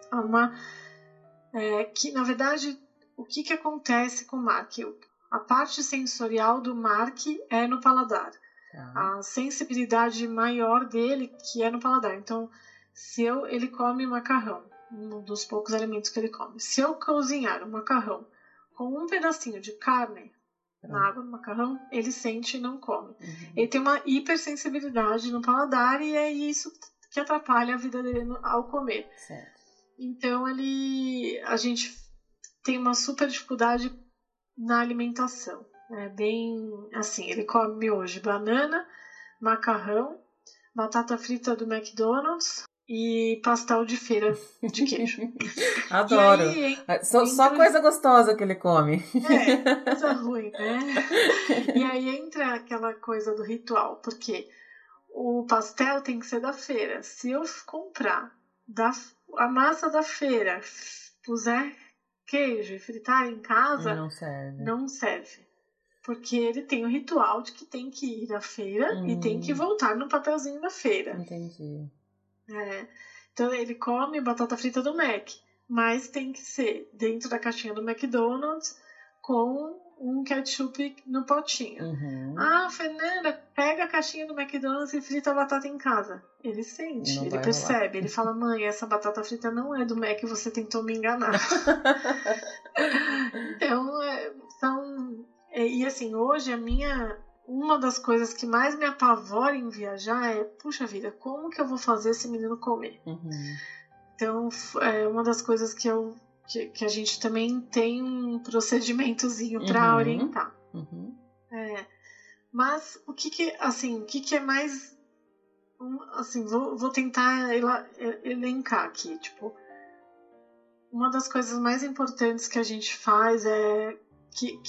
Que na verdade, o que acontece com o Mark? A parte sensorial do Mark é no paladar. A sensibilidade maior dele que é no paladar. Então, ele come macarrão, um dos poucos alimentos que ele come. Se eu cozinhar um macarrão com um pedacinho de carne na água do macarrão, ele sente e não come. Ele tem uma hipersensibilidade no paladar e é isso que atrapalha a vida dele ao comer. Certo. Então a gente tem uma super dificuldade na alimentação. É bem assim, ele come hoje banana, macarrão, batata frita do McDonald's e pastel de feira de queijo. Adoro. Aí, só coisa gostosa que ele come. Coisa ruim, né? E aí entra aquela coisa do ritual, porque o pastel tem que ser da feira. Se eu comprar a massa da feira puser queijo e fritar em casa, não serve. Porque ele tem o ritual de que tem que ir à feira e tem que voltar no papelzinho da feira. Entendi. Então ele come batata frita do Mac, mas tem que ser dentro da caixinha do McDonald's com um ketchup no potinho. Fernanda, pega a caixinha do McDonald's e frita a batata em casa. Ele sente, ele percebe, ele fala, mãe, essa batata frita não é do Mac, você tentou me enganar. E assim, hoje uma das coisas que mais me apavora em viajar é, puxa vida, como que eu vou fazer esse menino comer? Então, é uma das coisas que a gente também tem um procedimentozinho para orientar. Mas o que é mais... Assim, vou tentar elencar aqui. Tipo, uma das coisas mais importantes que a gente faz é que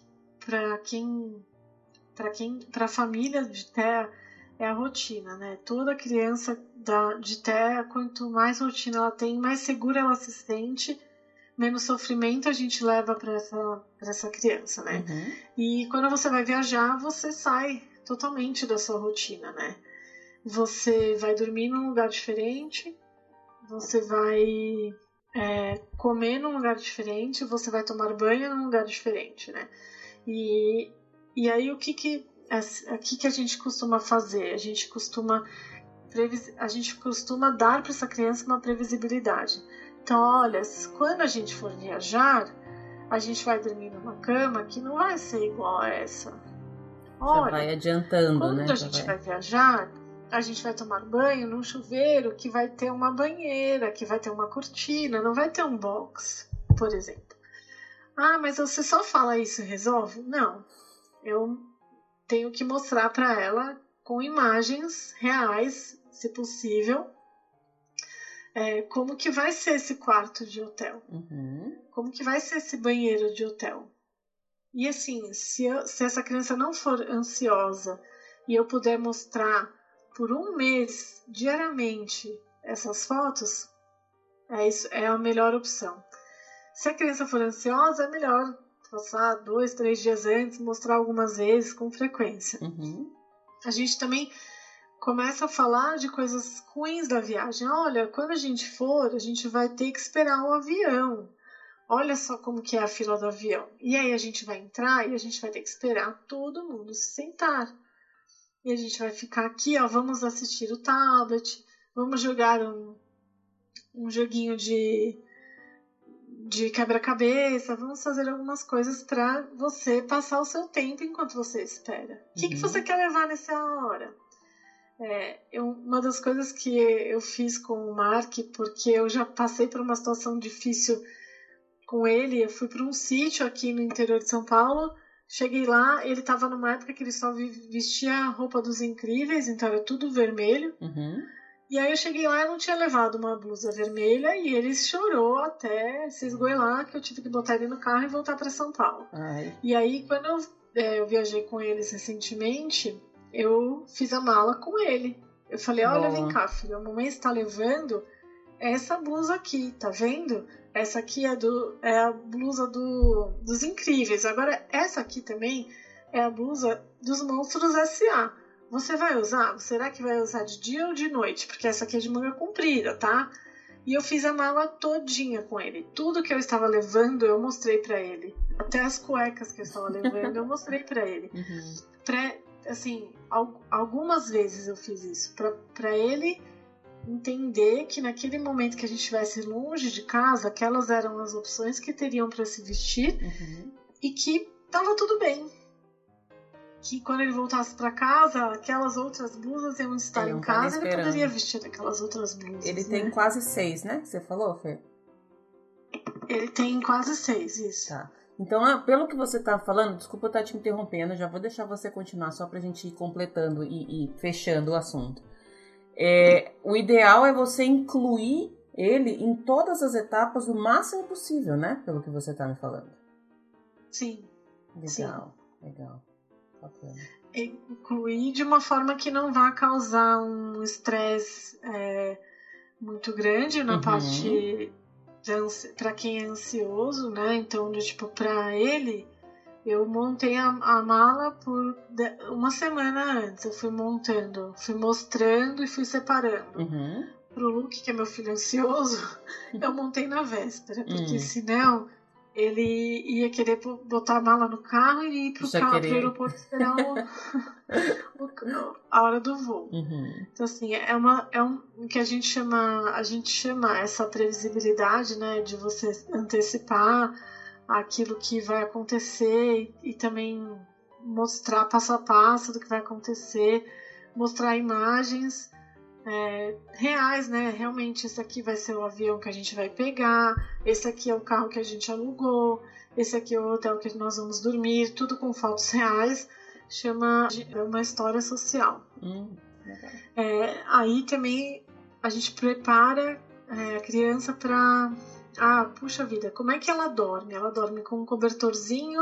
para a família de terra é a rotina, né? Toda criança de terra, quanto mais rotina ela tem, mais segura ela se sente, menos sofrimento a gente leva para essa criança, né? E quando você vai viajar, você sai totalmente da sua rotina, né? Você vai dormir num lugar diferente, você vai comer num lugar diferente, você vai tomar banho num lugar diferente, né? E aí o que a gente costuma fazer? A gente costuma dar para essa criança uma previsibilidade. Então, olha, quando a gente for viajar, a gente vai dormir numa cama que não vai ser igual a essa. Olha, já vai adiantando, quando a gente vai viajar, a gente vai tomar banho num chuveiro que vai ter uma banheira, que vai ter uma cortina, não vai ter um box, por exemplo. Mas você só fala isso e resolve? Não. Eu tenho que mostrar para ela com imagens reais, se possível, como que vai ser esse quarto de hotel. Como que vai ser esse banheiro de hotel. E assim, se essa criança não for ansiosa e eu puder mostrar por um mês, diariamente, essas fotos, é a melhor opção. Se a criança for ansiosa, é melhor passar 2, 3 dias antes, mostrar algumas vezes com frequência. A gente também começa a falar de coisas ruins da viagem. Olha, quando a gente for, a gente vai ter que esperar um avião. Olha só como que é a fila do avião. E aí a gente vai entrar e a gente vai ter que esperar todo mundo se sentar. E a gente vai ficar aqui, vamos assistir o tablet, vamos jogar um joguinho de quebra-cabeça, vamos fazer algumas coisas para você passar o seu tempo enquanto você espera. O que você quer levar nessa hora? Uma das coisas que eu fiz com o Mark, porque eu já passei por uma situação difícil com ele, eu fui para um sítio aqui no interior de São Paulo, cheguei lá, ele estava numa época que ele só vestia a roupa dos Incríveis, então era tudo vermelho. E aí eu cheguei lá e não tinha levado uma blusa vermelha e ele chorou até se esgoelar, que eu tive que botar ele no carro e voltar para São Paulo. E aí quando eu viajei com eles recentemente, eu fiz a mala com ele. Eu falei, olha, vem cá, filho, a mamãe está levando essa blusa aqui, tá vendo? Essa aqui é a blusa dos Incríveis. Agora, essa aqui também é a blusa dos Monstros S.A. Você vai usar? Será que vai usar de dia ou de noite? Porque essa aqui é de manga comprida, tá? E eu fiz a mala todinha com ele. Tudo que eu estava levando, eu mostrei pra ele. Até as cuecas que eu estava levando, eu mostrei pra ele. Assim, algumas vezes eu fiz isso. Pra ele entender que naquele momento que a gente estivesse longe de casa, aquelas eram as opções que teriam para se vestir e que tava tudo bem. Que quando ele voltasse para casa, aquelas outras blusas iam estar em casa e ele poderia vestir aquelas outras blusas. Ele tem quase 6, né? Você falou, Fê? Ele tem quase 6, isso. Tá. Então, pelo que você tá falando, desculpa eu estar te interrompendo, já vou deixar você continuar só pra gente ir completando e fechando o assunto. O ideal é você incluir ele em todas as etapas o máximo possível, né? Pelo que você está me falando. Sim. Legal. Bacana. Incluir de uma forma que não vá causar um estresse muito grande na parte para quem é ansioso, né? Então, tipo, para ele, eu montei a mala por uma semana antes. Eu fui montando, fui mostrando e fui separando. Pro Luke, que é meu filho ansioso, eu montei na véspera, porque senão ele ia querer botar a mala no carro e ir pro aeroporto esperar a hora do voo. Então, assim, é um que a gente chama essa previsibilidade, né, de você antecipar aquilo que vai acontecer e também mostrar passo a passo do que vai acontecer, mostrar imagens reais, né? Realmente, esse aqui vai ser o avião que a gente vai pegar, esse aqui é o carro que a gente alugou, esse aqui é o hotel que nós vamos dormir, tudo com fotos reais, chama uma história social. Aí também a gente prepara a criança para... puxa vida, como é que ela dorme? Ela dorme com um cobertorzinho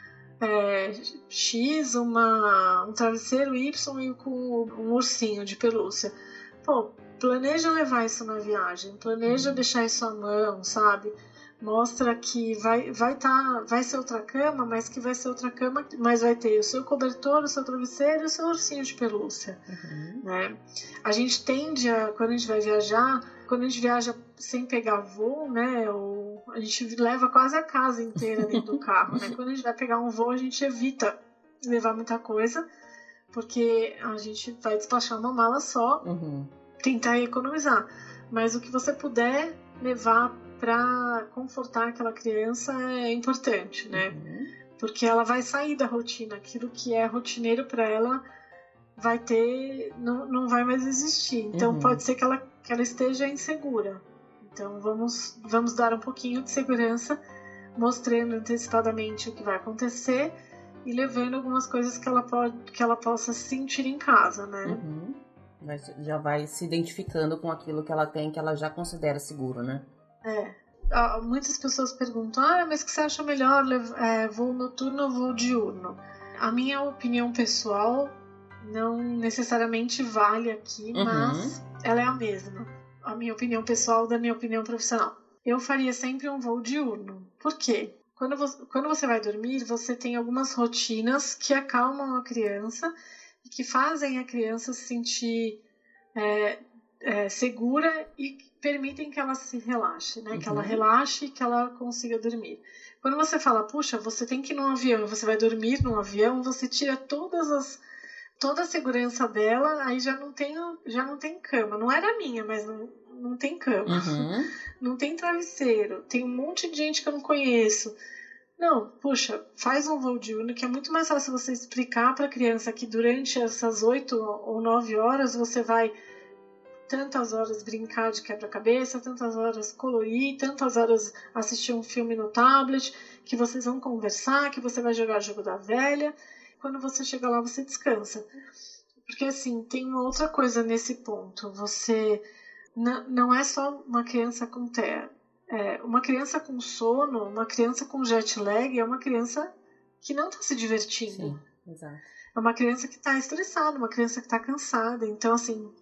X, um travesseiro Y e com um ursinho de pelúcia. Pô, planeja levar isso na viagem, planeja deixar isso à mão, sabe? Mostra que vai ser outra cama, mas que vai ser outra cama, mas vai ter o seu cobertor, o seu travesseiro e o seu ursinho de pelúcia, né? A gente tende quando a gente vai viajar, quando a gente viaja sem pegar voo, né? A gente leva quase a casa inteira dentro do carro, né? Quando a gente vai pegar um voo, a gente evita levar muita coisa, porque a gente vai despachar uma mala só, tentar economizar. Mas o que você puder levar para confortar aquela criança é importante, né? Porque ela vai sair da rotina, aquilo que é rotineiro para ela vai ter, não vai mais existir. Então pode ser que ela esteja insegura. Então vamos dar um pouquinho de segurança, mostrando antecipadamente o que vai acontecer e levando algumas coisas que ela possa sentir em casa, né? Já vai se identificando com aquilo que ela tem, que ela já considera seguro, né? Muitas pessoas perguntam, mas o que você acha melhor, voo noturno ou voo diurno? A minha opinião pessoal não necessariamente vale aqui, mas ela é a mesma. A minha opinião pessoal da minha opinião profissional. Eu faria sempre um voo diurno. Por quê? Quando você vai dormir, você tem algumas rotinas que acalmam a criança e que fazem a criança se sentir segura e permitem que ela se relaxe, né? Que ela relaxe e que ela consiga dormir. Quando você fala, puxa, você tem que ir num avião e você vai dormir num avião, você tira toda a segurança dela, aí já não tem cama. Não era minha, mas não tem cama. Não tem travesseiro. Tem um monte de gente que eu não conheço. Não, puxa, faz um voo diurno, que é muito mais fácil você explicar para a criança que durante essas 8 ou 9 horas você vai tantas horas brincar de quebra-cabeça, tantas horas colorir, tantas horas assistir um filme no tablet, que vocês vão conversar, que você vai jogar o jogo da velha. Quando você chega lá, você descansa. Porque, assim, tem uma outra coisa nesse ponto. Você não é só uma criança com TEA. Uma criança com sono, uma criança com jet lag é uma criança que não está se divertindo. Sim, exato. É uma criança que está estressada, uma criança que está cansada. Então, assim,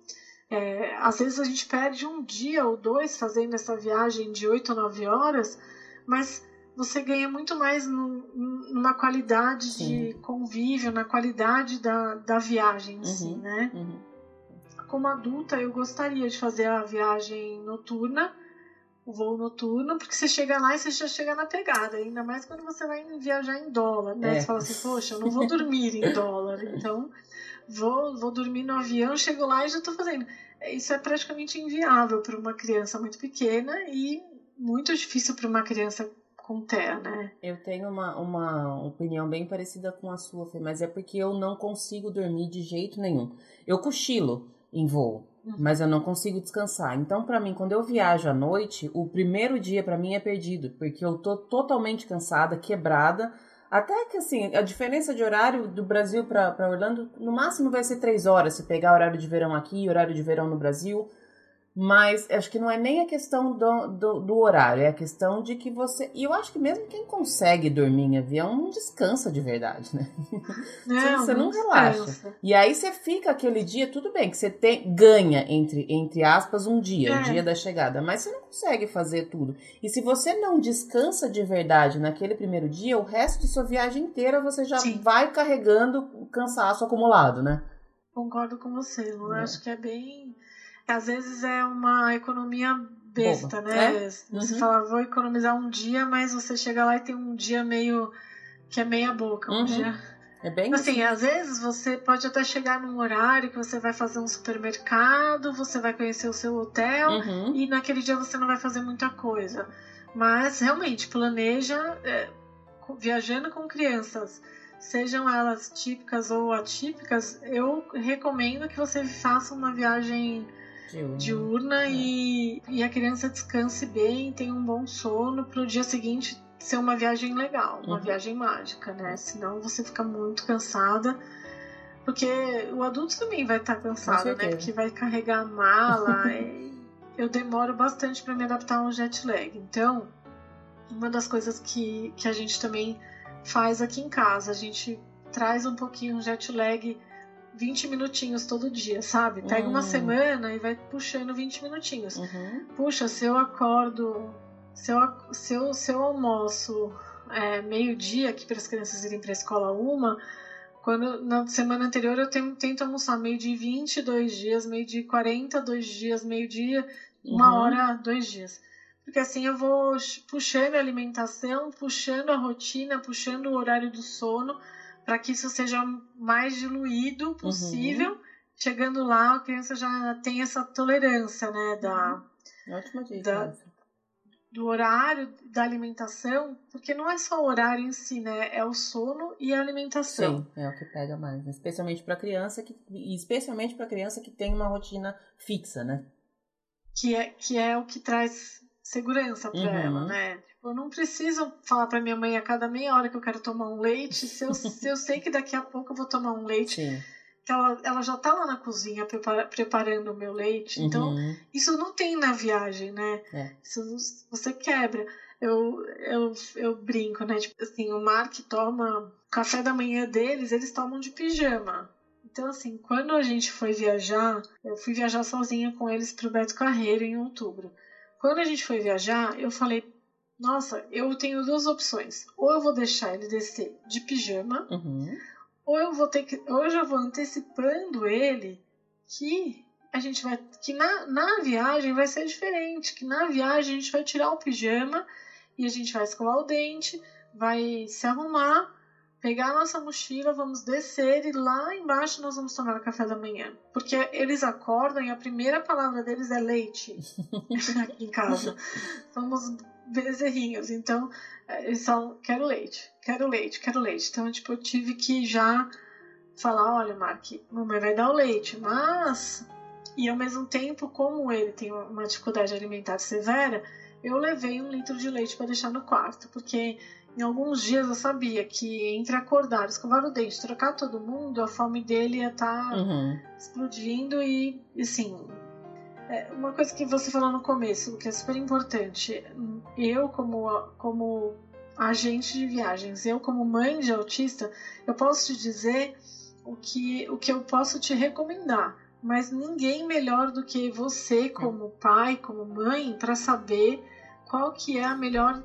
às vezes a gente perde um dia ou dois fazendo essa viagem de 8 ou 9 horas, mas você ganha muito mais numa qualidade de convívio, na qualidade da viagem em si, né? Como adulta, eu gostaria de fazer a viagem noturna, o voo noturno, porque você chega lá e você já chega na pegada, ainda mais quando você vai viajar em dólar, né? Você fala assim, poxa, eu não vou dormir em dólar, então vou dormir no avião, chego lá e já estou fazendo. Isso é praticamente inviável para uma criança muito pequena e muito difícil para uma criança com TEA, né? Eu tenho uma opinião bem parecida com a sua, Fê, mas é porque eu não consigo dormir de jeito nenhum. Eu cochilo em voo, mas eu não consigo descansar. Então, para mim, quando eu viajo à noite, o primeiro dia para mim é perdido, porque eu tô totalmente cansada, quebrada. Até que, assim, a diferença de horário do Brasil para Orlando, no máximo vai ser 3 horas, se pegar horário de verão aqui e horário de verão no Brasil. Mas acho que não é nem a questão do horário, é a questão de que você... E eu acho que mesmo quem consegue dormir em avião não descansa de verdade, né? Você não relaxa. E aí você fica aquele dia, tudo bem, que você ganha, entre aspas, um dia, o dia da chegada. Mas você não consegue fazer tudo. E se você não descansa de verdade naquele primeiro dia, o resto de sua viagem inteira você já vai carregando o cansaço acumulado, né? Concordo com você. Eu acho que é bem... Às vezes é uma economia besta, né? Você fala, vou economizar um dia, mas você chega lá e tem um dia meio... que é meia boca, um dia... É bem assim, às vezes você pode até chegar num horário que você vai fazer um supermercado, você vai conhecer o seu hotel, e naquele dia você não vai fazer muita coisa. Mas, realmente, planeja... viajando com crianças, sejam elas típicas ou atípicas, eu recomendo que você faça uma viagem diurna e a criança descanse bem, tenha um bom sono para o dia seguinte ser uma viagem legal, uma viagem mágica, né? Senão você fica muito cansada, porque o adulto também vai estar cansado, né? Porque vai carregar a mala. Eu demoro bastante para me adaptar a um jet lag. Então, uma das coisas que a gente também faz aqui em casa, a gente traz um pouquinho o jet lag 20 minutinhos todo dia, sabe? Pega uma semana e vai puxando 20 minutinhos. Puxa, se eu acordo, se eu almoço meio-dia, aqui para as crianças irem para a escola quando na semana anterior eu tento almoçar meio-dia 22 dias, meio-dia 42 dias, meio-dia, 1h, 2 dias. Porque assim eu vou puxando a alimentação, puxando a rotina, puxando o horário do sono, para que isso seja mais diluído possível. Chegando lá, a criança já tem essa tolerância, né, Ótima dica. do horário da alimentação, porque não é só o horário em si, né, é o sono e a alimentação. Sim, é o que pega mais, né? Especialmente para criança que tem uma rotina fixa, né? Que é o que traz segurança para ela, né? Eu não preciso falar para minha mãe a cada meia hora que eu quero tomar um leite, se eu sei que daqui a pouco eu vou tomar um leite, que ela já tá lá na cozinha preparando o meu leite. Então, isso não tem na viagem, né? Isso você quebra. Eu brinco, né? Tipo assim, o Mark toma o café da manhã deles, eles tomam de pijama. Então, assim, quando a gente foi viajar, eu fui viajar sozinha com eles pro Beto Carreiro em outubro. Quando a gente foi viajar, eu falei, nossa, eu tenho duas opções. Ou eu vou deixar ele descer de pijama, ou eu já vou antecipando ele que a gente vai... que na viagem vai ser diferente, que na viagem a gente vai tirar o pijama e a gente vai escovar o dente, vai se arrumar, pegar a nossa mochila, vamos descer e lá embaixo nós vamos tomar o café da manhã. Porque eles acordam e a primeira palavra deles é leite aqui em casa. Somos bezerrinhos, então eles falam, quero leite, quero leite, quero leite. Então, tipo, eu tive que já falar, olha, Mark, mamãe vai dar o leite, mas... E ao mesmo tempo, como ele tem uma dificuldade alimentar severa, eu levei 1 litro de leite para deixar no quarto, porque... Em alguns dias eu sabia que entre acordar, escovar o dente, trocar todo mundo, a fome dele ia estar explodindo e, assim, uma coisa que você falou no começo, que é super importante, eu como agente de viagens, eu como mãe de autista, eu posso te dizer o que eu posso te recomendar, mas ninguém melhor do que você como pai, como mãe, para saber qual que é a melhor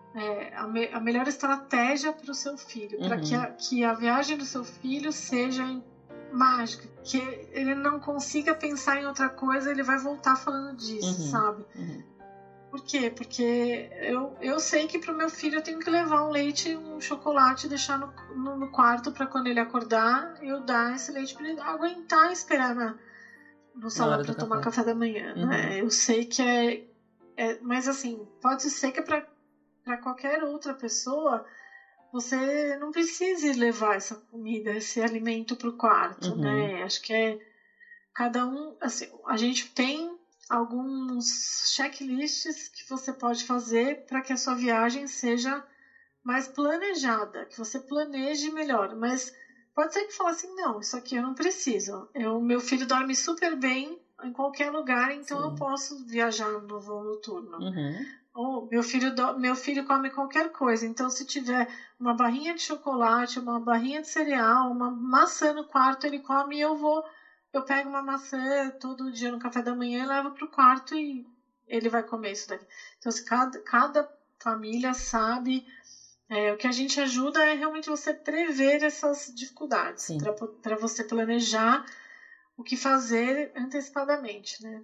estratégia para o seu filho, para que a viagem do seu filho seja mágica, que ele não consiga pensar em outra coisa, ele vai voltar falando disso, sabe? Por quê? Porque eu sei que para o meu filho eu tenho que levar um leite, um chocolate e deixar no quarto para quando ele acordar eu dar esse leite para ele aguentar esperar no salão para tomar café da manhã, né? Eu sei que mas assim, pode ser que para qualquer outra pessoa, você não precise levar essa comida, esse alimento para o quarto, né? Acho que cada um... Assim, a gente tem alguns checklists que você pode fazer para que a sua viagem seja mais planejada, que você planeje melhor. Mas pode ser que fale assim, não, isso aqui eu não preciso. Meu filho dorme super bem em qualquer lugar, então eu posso viajar no voo noturno. Ou meu filho come qualquer coisa, então se tiver uma barrinha de chocolate, uma barrinha de cereal, uma maçã no quarto, ele come e eu pego uma maçã todo dia no café da manhã e levo pro quarto e ele vai comer isso daqui. Então, assim, cada família sabe. O que a gente ajuda é realmente você prever essas dificuldades, para você planejar o que fazer antecipadamente, né?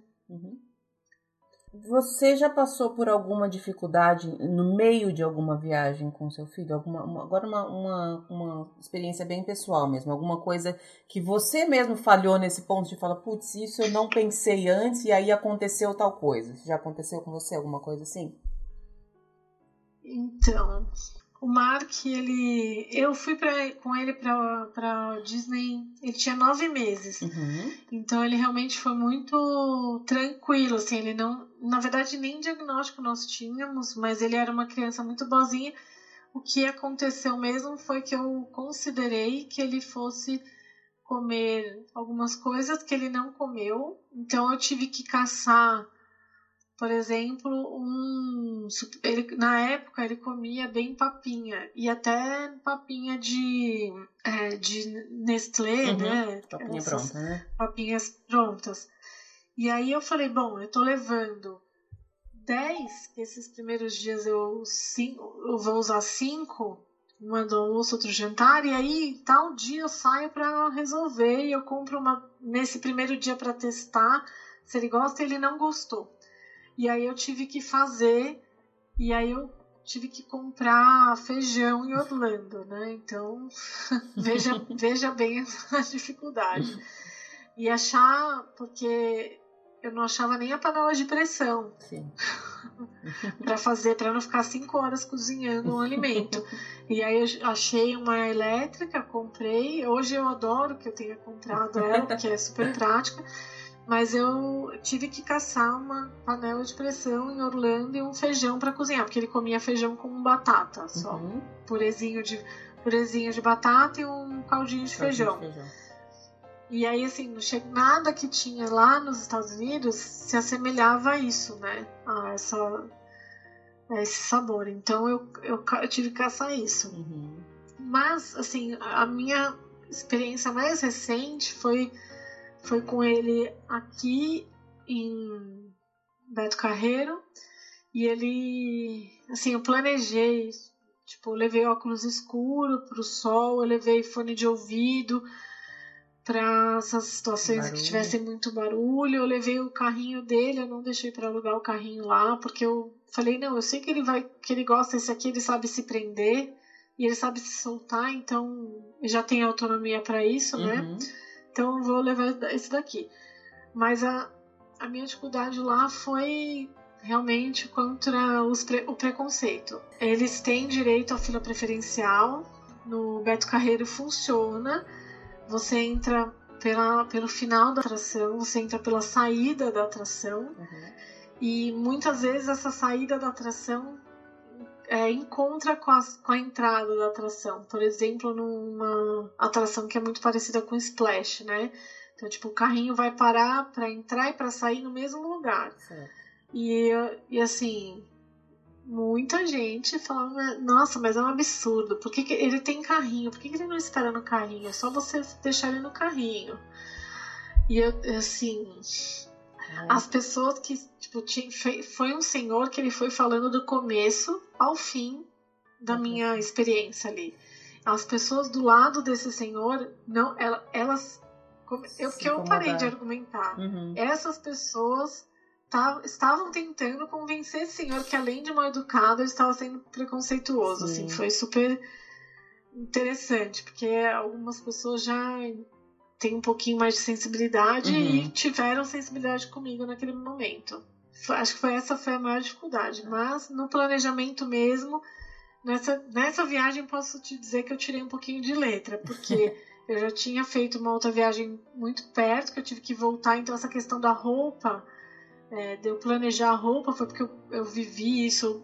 Você já passou por alguma dificuldade no meio de alguma viagem com seu filho? Agora uma experiência bem pessoal mesmo, alguma coisa que você mesmo falhou nesse ponto de falar, putz, isso eu não pensei antes e aí aconteceu tal coisa. Já aconteceu com você alguma coisa assim? Então, o Mark, eu fui com ele pra Disney, ele tinha 9 meses. Então ele realmente foi muito tranquilo, assim, ele não, na verdade nem diagnóstico nós tínhamos, mas ele era uma criança muito boazinha. O que aconteceu mesmo foi que eu considerei que ele fosse comer algumas coisas que ele não comeu, então eu tive que caçar. Por exemplo, na época ele comia bem papinha, e até papinha de Nestlé, né? Papinha pronta, né? Papinhas prontas. E aí eu falei, bom, eu tô levando 10, esses primeiros dias eu vou usar 5, uma do almoço, outro jantar, e aí tal dia eu saio para resolver, e eu compro uma nesse primeiro dia para testar se ele gosta, e ele não gostou. E aí eu tive que fazer, e aí eu tive que comprar feijão em Orlando, né? Então, veja bem a dificuldade. E achar, porque eu não achava nem a panela de pressão para não ficar 5 horas cozinhando um alimento. E aí eu achei uma elétrica, comprei. Hoje eu adoro que eu tenha comprado ela, porque é super prática. Mas eu tive que caçar uma panela de pressão em Orlando e um feijão para cozinhar, porque ele comia feijão com batata só. Purezinho de batata e um caldinho de feijão. E aí, assim, nada que tinha lá nos Estados Unidos se assemelhava a isso, né? A esse sabor. Então eu tive que caçar isso. Mas, assim, a minha experiência mais recente foi com ele aqui em Beto Carreiro, e ele, assim, eu planejei, tipo, eu levei óculos escuros pro sol, eu levei fone de ouvido para essas situações que tivessem muito barulho, eu levei o carrinho dele, eu não deixei para alugar o carrinho lá, porque eu falei, não, eu sei que ele gosta, esse aqui ele sabe se prender, e ele sabe se soltar, então já tem autonomia para isso, né? Então eu vou levar esse daqui. Mas a minha dificuldade lá foi realmente contra o preconceito. Eles têm direito à fila preferencial. No Beto Carreiro funciona. Você entra pelo final da atração, você entra pela saída da atração. E muitas vezes essa saída da atração encontra com a entrada da atração. Por exemplo, numa atração que é muito parecida com Splash, né? Então, tipo, o carrinho vai parar para entrar e para sair no mesmo lugar. E assim, muita gente fala, nossa, mas é um absurdo. Por que ele tem carrinho? Por que ele não espera no carrinho? É só você deixar ele no carrinho. E assim... As pessoas que, tipo, foi um senhor que ele foi falando do começo ao fim da minha experiência ali. As pessoas do lado desse senhor, não, elas, porque eu parei de argumentar. Essas pessoas estavam tentando convencer esse senhor que, além de mal educado, ele estava sendo preconceituoso. Assim, foi super interessante, porque algumas pessoas já tem um pouquinho mais de sensibilidade e tiveram sensibilidade comigo naquele momento. Acho que essa foi a maior dificuldade. Mas no planejamento mesmo, nessa viagem posso te dizer que eu tirei um pouquinho de letra, porque eu já tinha feito uma outra viagem muito perto, que eu tive que voltar, então essa questão da roupa, de eu planejar a roupa, foi porque eu vivi isso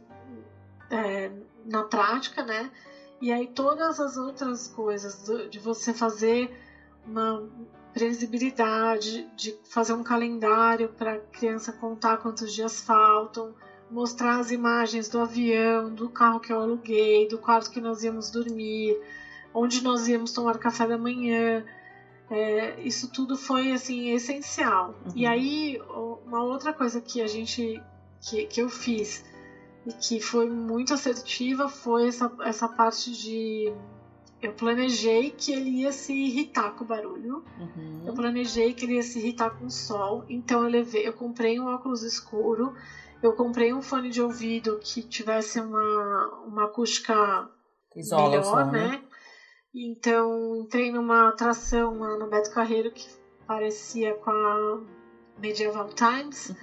na prática, né? E aí todas as outras coisas, de você fazer previsibilidade, de fazer um calendário para a criança contar quantos dias faltam, mostrar as imagens do avião, do carro que eu aluguei, do quarto que nós íamos dormir, onde nós íamos tomar café da manhã. Isso tudo foi assim essencial. E aí uma outra coisa que eu fiz e que foi muito assertiva foi essa parte de... Eu planejei que ele ia se irritar com o barulho. Eu planejei que ele ia se irritar com o sol. Então eu comprei um óculos escuro. Eu comprei um fone de ouvido que tivesse uma acústica melhor, né? Então entrei numa atração lá no Beto Carreiro que parecia com a Medieval Times.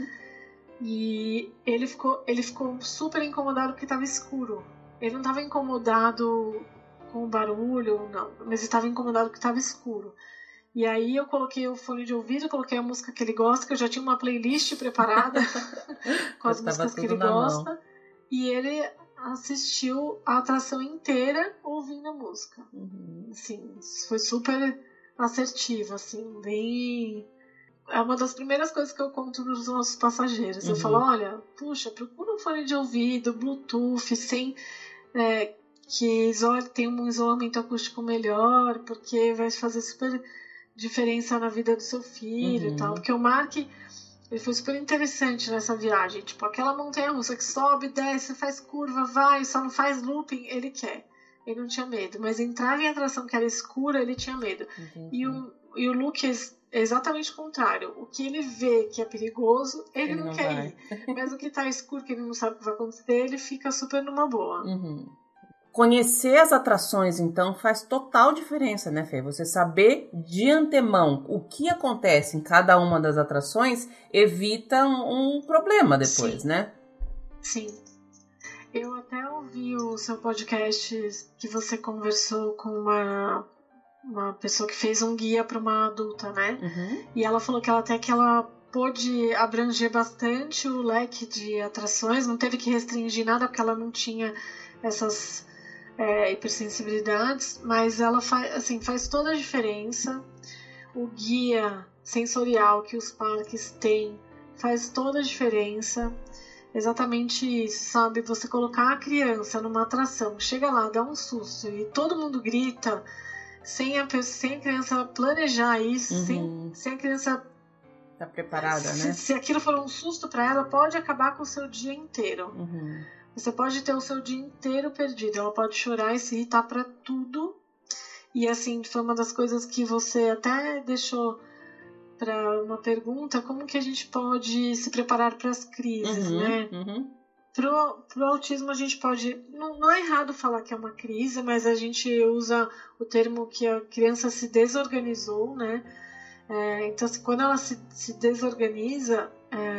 E ele ficou super incomodado porque estava escuro. Ele não estava incomodado com o barulho, não, mas estava incomodado porque estava escuro. E aí eu coloquei o fone de ouvido, coloquei a música que ele gosta, que eu já tinha uma playlist preparada com as músicas que ele gosta, e ele assistiu a atração inteira ouvindo a música. Assim, foi super assertivo, assim, bem... É uma das primeiras coisas que eu conto para os nossos passageiros. Eu falo, olha, puxa, procura um fone de ouvido, Bluetooth, sem... que tem um isolamento acústico melhor, porque vai fazer super diferença na vida do seu filho e tal. Porque o Mark, ele foi super interessante nessa viagem. Tipo, aquela montanha-russa que sobe, desce, faz curva, vai, só não faz looping, ele quer. Ele não tinha medo. Mas entrar em atração que era escura, ele tinha medo. E o Luke é exatamente o contrário. O que ele vê que é perigoso, ele não quer ir. Mas o que tá escuro, que ele não sabe o que vai acontecer, ele fica super numa boa. Conhecer as atrações, então, faz total diferença, né, Fê? Você saber de antemão o que acontece em cada uma das atrações evita um problema depois, né? Sim. Eu até ouvi o seu podcast que você conversou com uma pessoa que fez um guia para uma adulta, né? E ela falou que ela pôde abranger bastante o leque de atrações, não teve que restringir nada porque ela não tinha essas... hipersensibilidades, mas ela faz toda a diferença. O guia sensorial que os parques têm faz toda a diferença. Exatamente isso, sabe? Você colocar a criança numa atração, chega lá, dá um susto e todo mundo grita, sem a criança planejar isso, sem a criança tá preparada, né? Se aquilo for um susto para ela, pode acabar com o seu dia inteiro. Você pode ter o seu dia inteiro perdido. Ela pode chorar e se irritar pra tudo. E assim, foi uma das coisas que você até deixou para uma pergunta, como que a gente pode se preparar para as crises, né? Pro autismo a gente pode... Não é errado falar que é uma crise, mas a gente usa o termo que a criança se desorganizou, né? Então, assim, quando ela se desorganiza,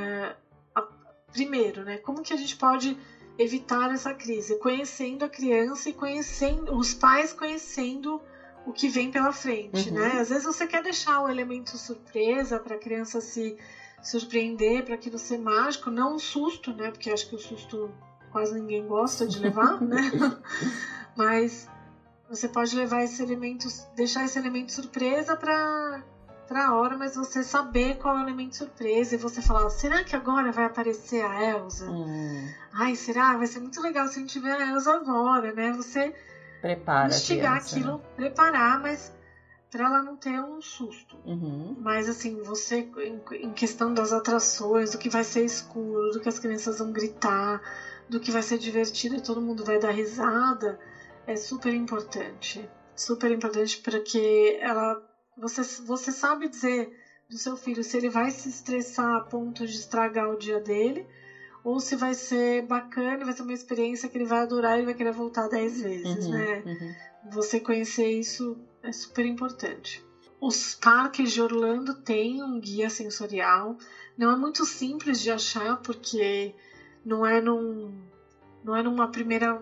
primeiro, né? Como que a gente pode... evitar essa crise, conhecendo a criança e conhecendo os pais, conhecendo o que vem pela frente, né? Às vezes você quer deixar o elemento surpresa para a criança se surpreender, para aquilo ser mágico, não um susto, né? Porque acho que o susto quase ninguém gosta de levar, né? Mas você pode levar deixar esse elemento surpresa para a hora, mas você saber qual é o elemento surpresa e você falar, será que agora vai aparecer a Elsa? Ai, será? Vai ser muito legal se a gente ver a Elsa agora, né? Você instigar aquilo, né? Preparar, mas para ela não ter um susto. Mas assim, você em questão das atrações, do que vai ser escuro, do que as crianças vão gritar, do que vai ser divertido e todo mundo vai dar risada, é super importante. Super importante porque você sabe dizer do seu filho se ele vai se estressar a ponto de estragar o dia dele ou se vai ser bacana, vai ser uma experiência que ele vai adorar e ele vai querer voltar 10 vezes, né? Você conhecer isso é super importante. Os parques de Orlando têm um guia sensorial. Não é muito simples de achar porque não é numa primeira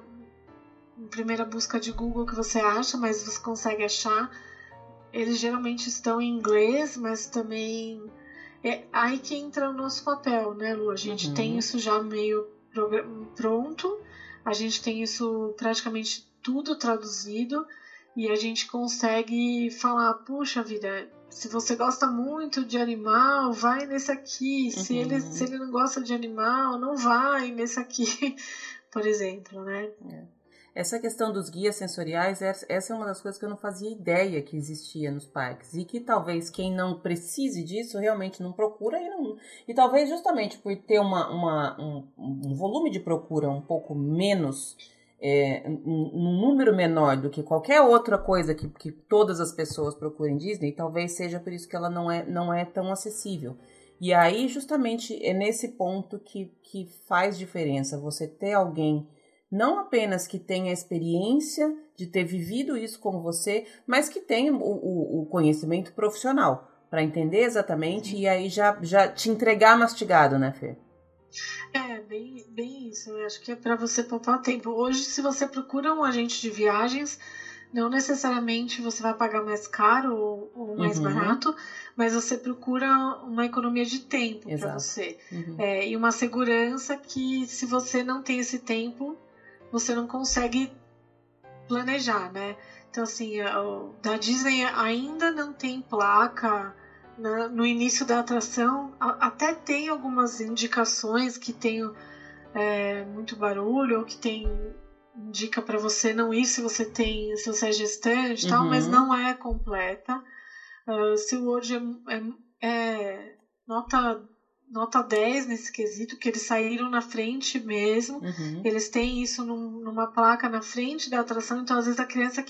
busca de Google que você acha, mas você consegue achar. Eles geralmente estão em inglês, mas também é aí que entra o nosso papel, né, Lu? A gente tem isso já meio pronto, a gente tem isso praticamente tudo traduzido e a gente consegue falar, puxa vida, se você gosta muito de animal, vai nesse aqui. Se ele não gosta de animal, não vai nesse aqui, por exemplo, né? Essa questão dos guias sensoriais, essa é uma das coisas que eu não fazia ideia que existia nos parques. E que talvez quem não precise disso realmente não procura. E talvez justamente por ter um volume de procura um pouco menos, um número menor do que qualquer outra coisa que todas as pessoas procuram em Disney, talvez seja por isso que ela não é tão acessível. E aí justamente é nesse ponto que faz diferença você ter alguém não apenas que tenha a experiência de ter vivido isso como você, mas que tenha o conhecimento profissional para entender exatamente e aí já te entregar mastigado, né, Fê? Bem isso. Eu acho que é para você poupar tempo. Hoje, se você procura um agente de viagens, não necessariamente você vai pagar mais caro ou mais barato, mas você procura uma economia de tempo para você. E uma segurança que, se você não tem esse tempo, você não consegue planejar, né? Então, assim, da Disney ainda não tem placa no início da atração. Até tem algumas indicações que tem muito barulho, ou que indica para você não ir se você é gestante e tal, mas não é completa. SeaWorld é nota 10 nesse quesito, que eles saíram na frente mesmo. Eles têm isso numa placa na frente da atração, então às vezes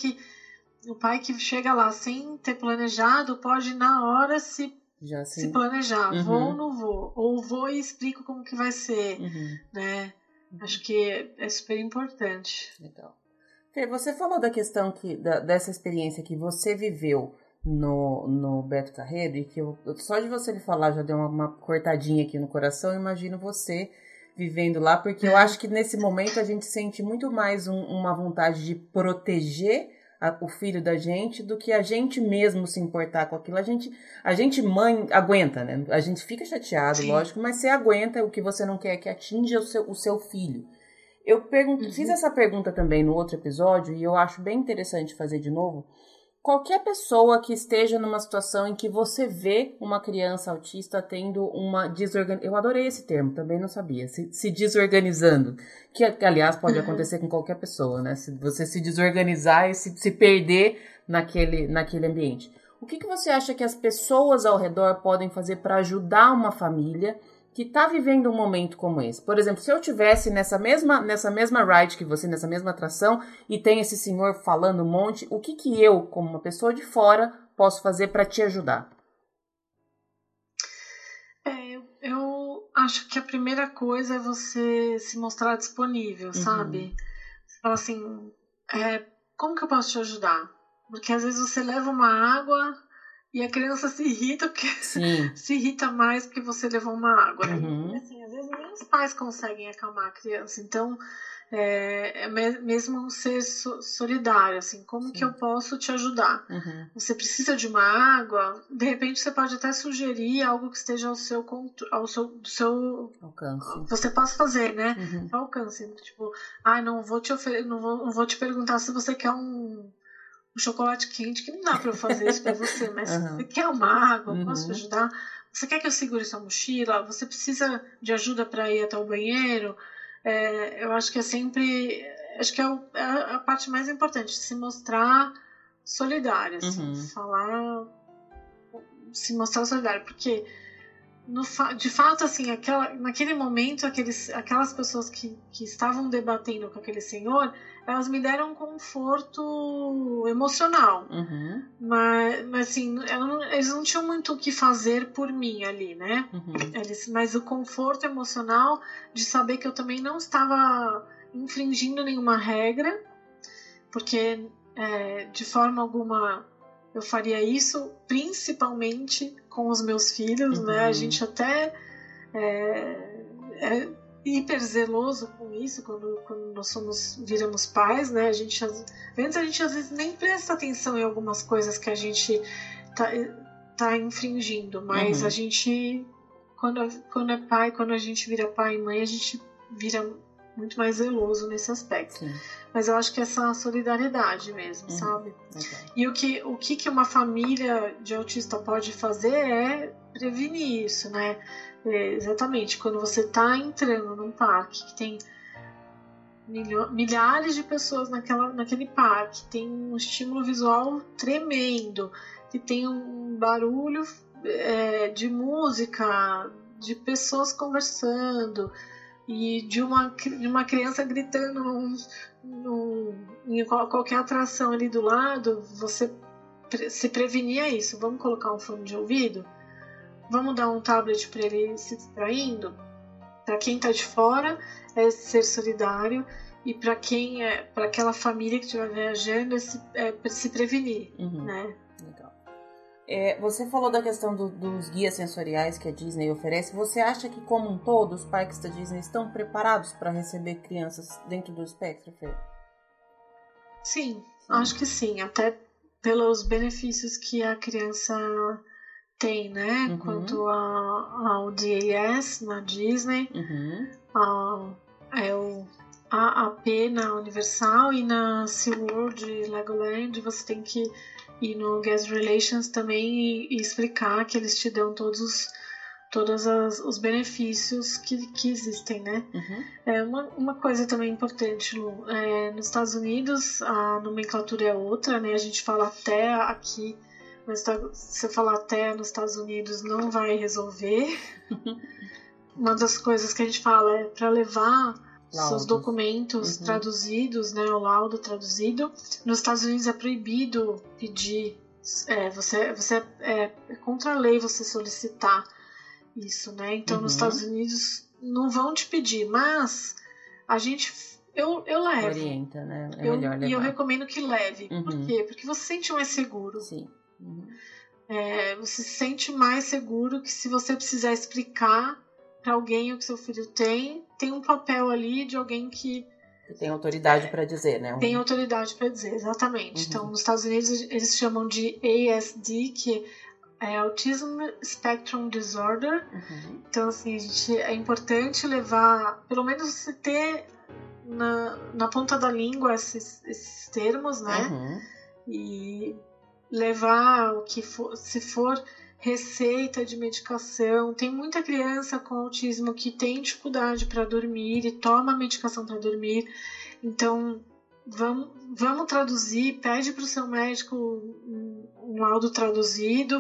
o pai que chega lá sem ter planejado pode na hora se planejar, vou ou não vou, ou vou e explico como que vai ser, né? Acho que é super importante. Legal. Fê, você falou da questão dessa experiência que você viveu no Beto Carreiro, e que só de você me falar já deu uma cortadinha aqui no coração. Eu imagino você vivendo lá, porque eu acho que nesse momento a gente sente muito mais uma vontade de proteger o filho da gente do que a gente mesmo se importar com aquilo. A gente mãe aguenta, né? A gente fica chateado, lógico, mas você aguenta o que você não quer que atinja o seu filho. Eu fiz essa pergunta também no outro episódio e eu acho bem interessante fazer de novo. Qualquer pessoa que esteja numa situação em que você vê uma criança autista tendo uma desorganização... Eu adorei esse termo, também não sabia. Se desorganizando. Que, aliás, pode acontecer com qualquer pessoa, né? Se você se desorganizar e se perder naquele ambiente. O que você acha que as pessoas ao redor podem fazer para ajudar uma família que está vivendo um momento como esse? Por exemplo, se eu tivesse nessa mesma ride que você, nessa mesma atração, e tem esse senhor falando um monte, o que eu, como uma pessoa de fora, posso fazer para te ajudar? Eu acho que a primeira coisa é você se mostrar disponível, sabe? Você fala assim, como que eu posso te ajudar? Porque às vezes você leva uma água e a criança se irrita porque se irrita mais porque você levou uma água. E, assim, às vezes nem os pais conseguem acalmar a criança. Então, mesmo ser solidário, assim, como que eu posso te ajudar? Você precisa de uma água? De repente você pode até sugerir algo que esteja ao seu alcance. Você possa fazer, né? Alcance. Tipo, não vou te perguntar se você quer um chocolate quente, que não dá pra eu fazer isso pra você, mas você quer uma água, posso te ajudar? Você quer que eu segure sua mochila? Você precisa de ajuda para ir até o banheiro? Eu acho que acho que é a parte mais importante, se mostrar solidária, assim, se mostrar solidária, porque de fato, assim, naquele momento, aquelas pessoas que estavam debatendo com aquele senhor, elas me deram um conforto emocional. Mas assim, eles não tinham muito o que fazer por mim ali, né? Mas o conforto emocional de saber que eu também não estava infringindo nenhuma regra, porque de forma alguma eu faria isso, principalmente com os meus filhos, né? A gente até é hiper zeloso com isso quando nós viramos pais, né? Antes a gente às vezes nem presta atenção em algumas coisas que a gente tá infringindo, mas a gente, quando é pai, quando a gente vira pai e mãe, a gente vira muito mais zeloso nesse aspecto. Mas eu acho que essa solidariedade mesmo, sabe? E o que uma família de autista pode fazer é prevenir isso, né? Exatamente, quando você está entrando num parque que tem milhares de pessoas naquele parque, tem um estímulo visual tremendo, que tem um barulho de música, de pessoas conversando e de uma criança gritando em qualquer atração ali do lado, você se prevenir a isso. Vamos colocar um fone de ouvido? Vamos dar um tablet para ele se distraindo? Para quem está de fora, é ser solidário, e para aquela família que estiver viajando, é se prevenir, né? Legal. Você falou da questão dos guias sensoriais que a Disney oferece. Você acha que, como um todo, os parques da Disney estão preparados para receber crianças dentro do espectro, Fê? Sim, acho que sim. Até pelos benefícios que a criança tem, né? Quanto ao DAS na Disney, a AP na Universal, e na SeaWorld e Legoland você tem que ir no Guest Relations também e explicar que eles te dão todos os benefícios que existem, né? Uma coisa também importante, Lu, nos Estados Unidos a nomenclatura é outra, né? A gente fala até aqui, mas se você falar até nos Estados Unidos não vai resolver. Uma das coisas que a gente fala é para levar seus documentos traduzidos, né, o laudo traduzido. Nos Estados Unidos é proibido pedir, é contra a lei você solicitar isso, né? Então nos Estados Unidos não vão te pedir, mas eu levo. Orienta, né? É melhor levar. E eu recomendo que leve. Por quê? Porque você se sente mais seguro. Sim. Você se sente mais seguro que se você precisar explicar para alguém o que seu filho tem um papel ali de alguém que tem autoridade para dizer, né? Tem autoridade para dizer, exatamente. Então, nos Estados Unidos, eles chamam de ASD, que é Autism Spectrum Disorder. Então, assim, é importante levar, pelo menos você ter na ponta da língua esses termos, né? E levar o que for, se for receita de medicação. Tem muita criança com autismo que tem dificuldade para dormir e toma medicação para dormir. Então, vamos traduzir, pede para o seu médico um laudo traduzido.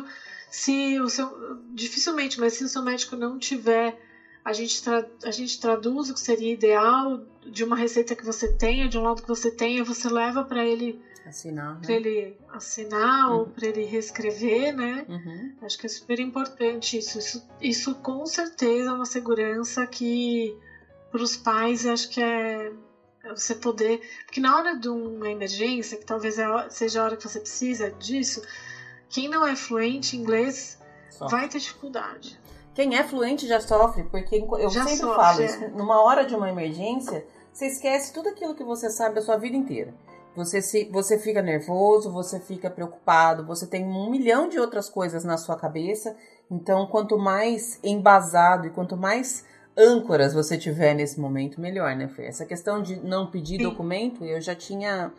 Dificilmente, mas se o seu médico não tiver, a gente traduz o que seria ideal de uma receita que você tenha, de um laudo que você tenha, você leva para ele assinar, né? Para ele assinar ou para ele reescrever, né? Acho que é super importante isso. Isso com certeza é uma segurança que para os pais acho que é você poder, porque na hora de uma emergência, que talvez seja a hora que você precisa disso, quem não é fluente em inglês vai ter dificuldade. Quem é fluente já sofre, porque eu sempre falo isso, numa hora de uma emergência, você esquece tudo aquilo que você sabe a sua vida inteira. Você fica nervoso, você fica preocupado, você tem 1 milhão de outras coisas na sua cabeça. Então, quanto mais embasado e quanto mais âncoras você tiver nesse momento, melhor, né, Fê? Essa questão de não pedir documento, eu já tinha...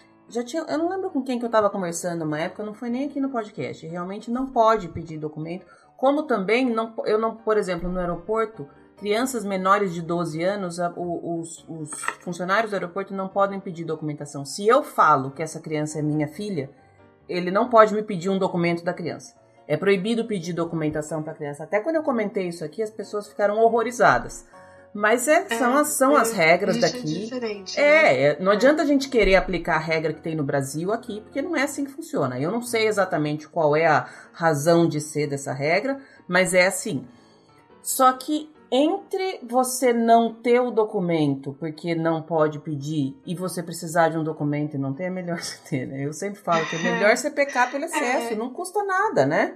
Eu não lembro com quem que eu estava conversando uma época, não foi nem aqui no podcast. Realmente não pode pedir documento. Como também, por exemplo, no aeroporto, crianças menores de 12 anos, os funcionários do aeroporto não podem pedir documentação. Se eu falo que essa criança é minha filha, ele não pode me pedir um documento da criança. É proibido pedir documentação para a criança. Até quando eu comentei isso aqui, as pessoas ficaram horrorizadas. Mas são as regras daqui. Né? Não adianta a gente querer aplicar a regra que tem no Brasil aqui, porque não é assim que funciona. Eu não sei exatamente qual é a razão de ser dessa regra, mas é assim. Só que entre você não ter o documento, porque não pode pedir, e você precisar de um documento e não ter, é melhor você ter, né? Eu sempre falo que é melhor você pecar pelo excesso, não custa nada, né?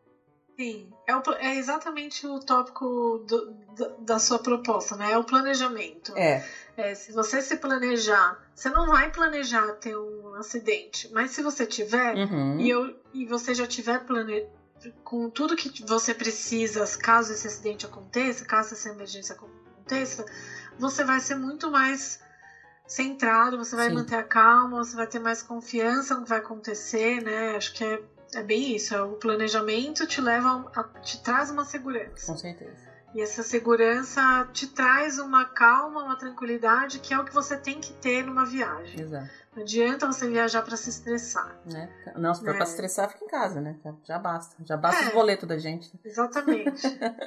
Sim, é exatamente o tópico da sua proposta, né? É o planejamento. Se você se planejar, você não vai planejar ter um acidente, mas se você tiver, e você já tiver com tudo que você precisa, caso esse acidente aconteça, caso essa emergência aconteça, você vai ser muito mais centrado, você vai manter a calma, você vai ter mais confiança no que vai acontecer, né? Acho que é bem isso. O planejamento te traz uma segurança. Com certeza. E essa segurança te traz uma calma, uma tranquilidade, que é o que você tem que ter numa viagem. Exato. Não adianta você viajar para se estressar. Não, se for para se estressar, fica em casa, né? Já basta. Já basta os boletos da gente. Exatamente.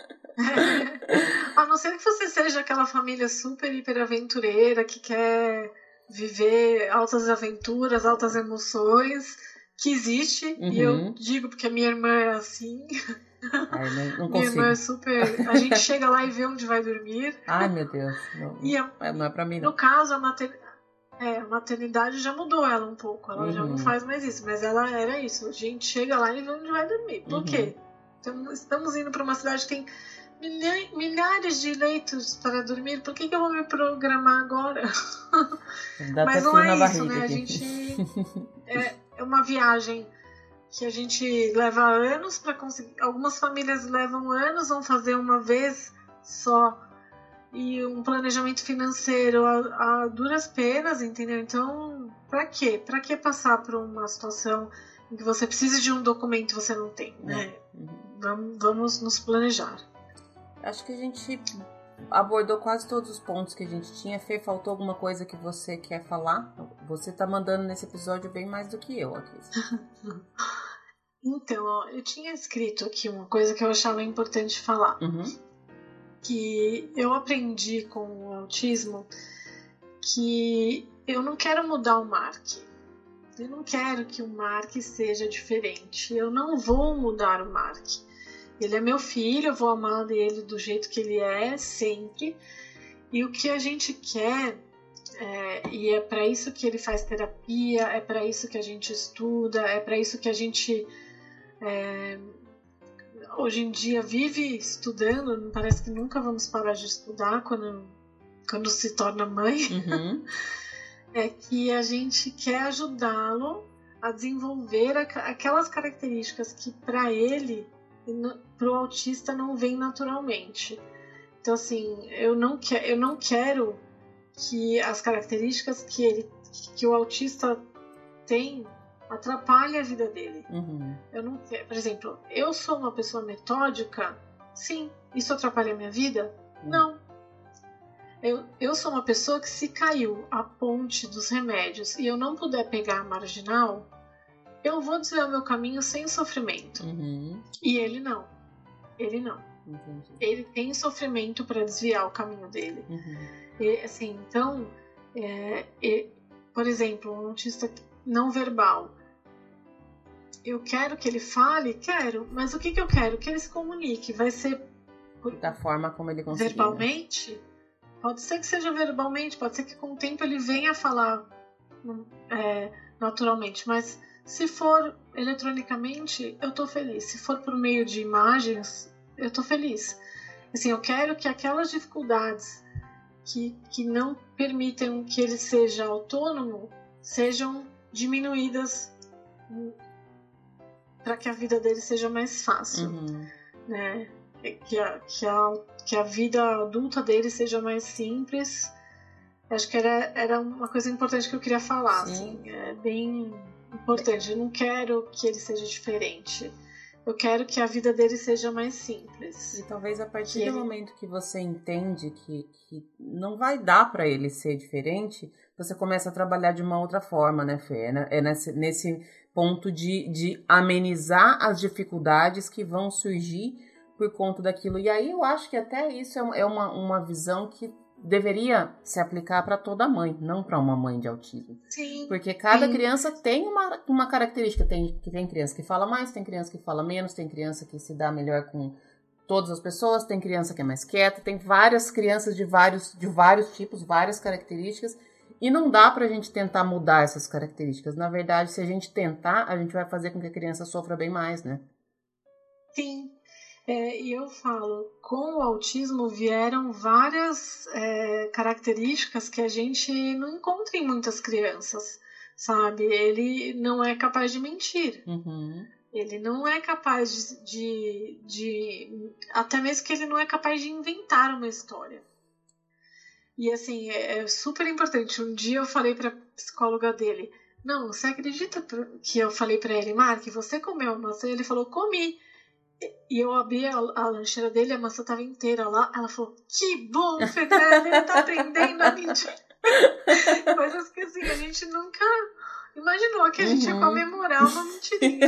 A não ser que você seja aquela família super, hiper aventureira que quer viver altas aventuras, altas emoções, que existe. E eu digo porque a minha irmã é assim. Ai, não minha consigo. irmã é super... A gente chega lá e vê onde vai dormir. Ai, meu Deus. Não é pra mim, não. No caso, a maternidade já mudou ela um pouco. Ela já não faz mais isso. Mas ela era isso. A gente chega lá e vê onde vai dormir. Por quê? Então, estamos indo para uma cidade que tem milhares de leitos para dormir. Por que eu vou me programar agora? Mas não é isso, né? A gente... É uma viagem que a gente leva anos para conseguir. Algumas famílias levam anos, vão fazer uma vez só. E um planejamento financeiro a duras penas, entendeu? Então, pra quê? Pra que passar por uma situação em que você precisa de um documento e você não tem, né? Vamos nos planejar. Acho que a gente abordou quase todos os pontos que a gente tinha. Fê, faltou alguma coisa que você quer falar? Você tá mandando nesse episódio bem mais do que eu aqui. Então, ó, eu tinha escrito aqui uma coisa que eu achava importante falar. Que eu aprendi com o autismo que eu não quero mudar o Mark. Eu não quero que o Mark seja diferente. Eu não vou mudar o Mark. Ele é meu filho, eu vou amar ele do jeito que ele é, sempre. E o que a gente quer, e é para isso que ele faz terapia, é para isso que a gente estuda, é para isso que a gente hoje em dia vive estudando. Parece que nunca vamos parar de estudar quando se torna mãe. É que a gente quer ajudá-lo a desenvolver aquelas características que para ele, para o autista, não vem naturalmente. Então, assim, eu não quero que as características que o autista tem atrapalhem a vida dele. Eu não quero, por exemplo, eu sou uma pessoa metódica, sim. Isso atrapalha a minha vida? Não. Eu sou uma pessoa que, se caiu a ponte dos remédios e eu não puder pegar a marginal, eu vou desviar o meu caminho sem sofrimento. E ele não. Ele não. Entendi. Ele tem sofrimento para desviar o caminho dele. E, assim, então, por exemplo, um autista não verbal. Eu quero que ele fale? Quero. Mas o que eu quero? Que ele se comunique. Vai ser da forma como ele conseguir. Verbalmente? Né? Pode ser que seja verbalmente, pode ser que com o tempo ele venha a falar naturalmente, mas se for eletronicamente, eu tô feliz. Se for por meio de imagens, eu tô feliz. Assim, eu quero que aquelas dificuldades que não permitem que ele seja autônomo sejam diminuídas para que a vida dele seja mais fácil, né? Que a vida adulta dele seja mais simples. Acho que era uma coisa importante que eu queria falar. Assim, é bem importante. Eu não quero que ele seja diferente. Eu quero que a vida dele seja mais simples. E talvez a partir do momento que você entende que não vai dar para ele ser diferente, você começa a trabalhar de uma outra forma, né, Fê? É nesse ponto de amenizar as dificuldades que vão surgir por conta daquilo. E aí eu acho que até isso é uma visão que deveria se aplicar para toda mãe, não para uma mãe de autismo. Sim. Porque cada criança tem uma característica. Tem criança que fala mais, tem criança que fala menos, tem criança que se dá melhor com todas as pessoas, tem criança que é mais quieta, tem várias crianças de vários tipos, várias características. E não dá pra gente tentar mudar essas características. Na verdade, se a gente tentar, a gente vai fazer com que a criança sofra bem mais, né? Sim. E eu falo, com o autismo vieram várias características que a gente não encontra em muitas crianças, sabe? Ele não é capaz de mentir. Ele não é capaz de até mesmo que ele não é capaz de inventar uma história. E assim, é super importante. Um dia eu falei pra psicóloga dele, não, você acredita que eu falei pra ele, Mark, você comeu maçã? Ele falou, comi. E eu abri a lancheira dele, a maçã tava inteira lá. Ela falou, que bom, Fernanda, ele tá aprendendo a mentir. Coisas que assim, a gente nunca imaginou que a gente ia comemorar uma mentirinha.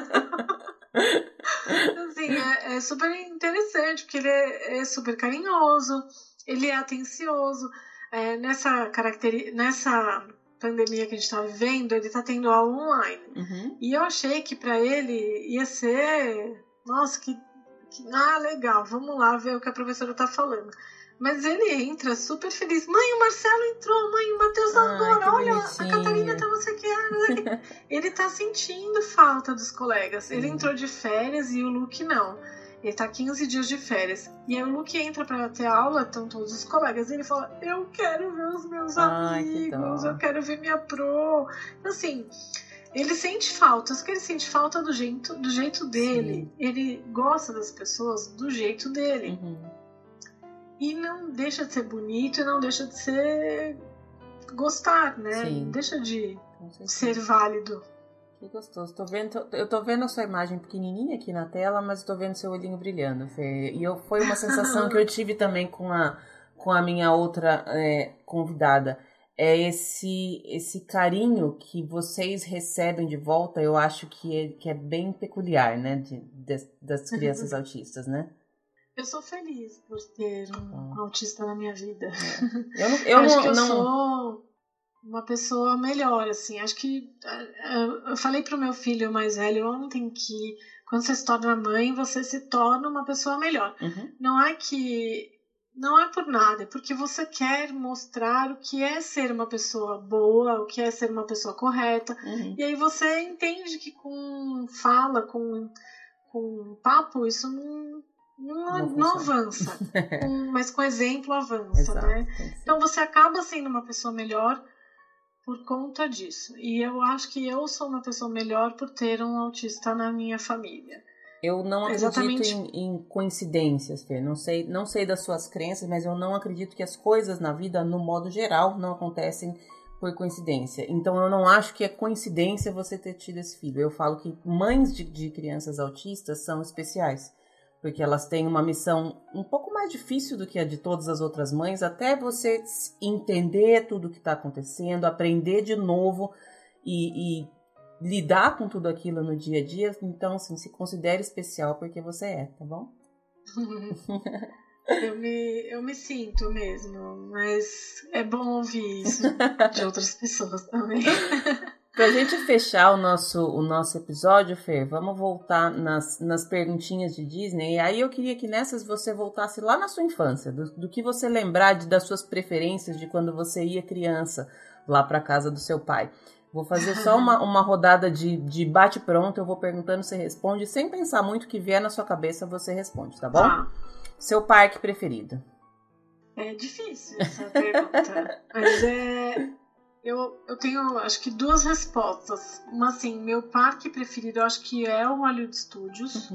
Assim, é super interessante, porque ele é super carinhoso, ele é atencioso. Nessa pandemia que a gente tá vivendo, ele tá tendo aula online. E eu achei que pra ele ia ser... Nossa, legal, vamos lá ver o que a professora tá falando. Mas ele entra super feliz. Mãe, o Marcelo entrou. Mãe, o Matheus agora. Olha, a Catarina tá não sei o que. Ele tá sentindo falta dos colegas. Ele entrou de férias e o Luke não. Ele tá 15 dias de férias. E aí o Luke entra pra ter aula, estão todos os colegas. E ele fala, eu quero ver os meus amigos. Eu quero ver minha pro. Então, assim... Ele sente falta, só que ele sente falta do jeito dele. Sim. Ele gosta das pessoas do jeito dele. E não deixa de ser bonito e não deixa de ser gostar, né? Sim. Não deixa de ser válido. Que gostoso. Eu tô vendo a sua imagem pequenininha aqui na tela, mas tô vendo seu olhinho brilhando, Fê. E foi uma sensação que eu tive também com a minha outra convidada. É esse carinho que vocês recebem de volta, eu acho que é bem peculiar, né, das crianças autistas, né? Eu sou feliz por ter um autista na minha vida. Eu acho que eu sou uma pessoa melhor, assim. Acho que eu falei pro meu filho mais velho ontem que quando você se torna mãe, você se torna uma pessoa melhor. Não é por nada, é porque você quer mostrar o que é ser uma pessoa boa, o que é ser uma pessoa correta. E aí você entende que com fala, com papo, isso não avança. Mas com exemplo avança. Exato, né? Então você acaba sendo uma pessoa melhor por conta disso. E eu acho que eu sou uma pessoa melhor por ter um autista na minha família. Eu não acredito em coincidências, Fê. Não sei das suas crenças, mas eu não acredito que as coisas na vida, no modo geral, não acontecem por coincidência. Então, eu não acho que é coincidência você ter tido esse filho. Eu falo que mães de crianças autistas são especiais, porque elas têm uma missão um pouco mais difícil do que a de todas as outras mães, até você entender tudo o que está acontecendo, aprender de novo e lidar com tudo aquilo no dia a dia. Então, assim, se considere especial porque você é, tá bom? Eu me sinto mesmo, mas é bom ouvir isso de outras pessoas também. Pra gente fechar o nosso episódio, Fê, vamos voltar nas perguntinhas de Disney. E aí eu queria que nessas você voltasse lá na sua infância, do que você lembrar das suas preferências de quando você ia criança lá pra casa do seu pai. Vou fazer só uma rodada de bate-pronto, eu vou perguntando, você responde. Sem pensar muito, o que vier na sua cabeça, você responde, tá bom? Seu parque preferido? É difícil essa pergunta, mas eu tenho, acho que 2 respostas. Uma assim, meu parque preferido, eu acho que é o Hollywood Studios.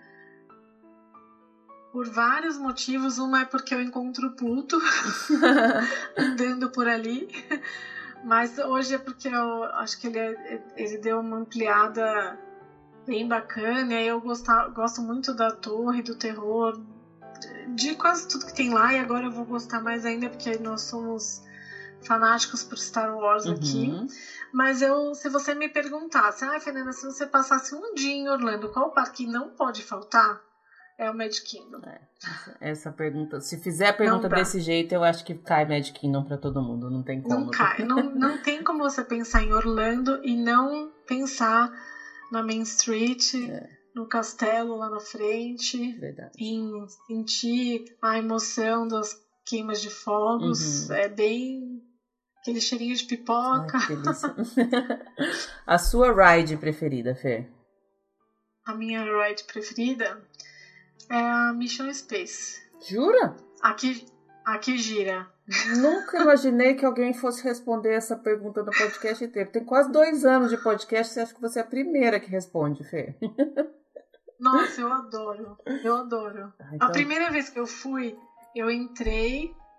Por vários motivos. Uma é porque eu encontro o Pluto andando por ali. Mas hoje é porque eu acho que ele deu uma ampliada bem bacana. E aí eu gosto muito da Torre do Terror, de quase tudo que tem lá. E agora eu vou gostar mais ainda porque nós somos fanáticos por Star Wars aqui. Mas se você me perguntasse, Fernanda, se você passasse um dia em Orlando, qual parque não pode faltar? É o Magic Kingdom. Essa pergunta, se fizer a pergunta desse jeito, eu acho que cai Magic Kingdom pra todo mundo, não tem como. Não cai, não tem como você pensar em Orlando e não pensar na Main Street, no castelo lá na frente. Verdade. Em sentir a emoção das queimas de fogos. É bem aquele cheirinho de pipoca. Ai, que delícia. A sua ride preferida, Fê? A minha ride preferida é a Mission Space. Jura? Aqui gira. Nunca imaginei que alguém fosse responder essa pergunta no podcast inteiro. Tem quase 2 anos de podcast, você acha que você é a primeira que responde, Fê? Nossa, eu adoro. Então... A primeira vez que eu fui, eu entrei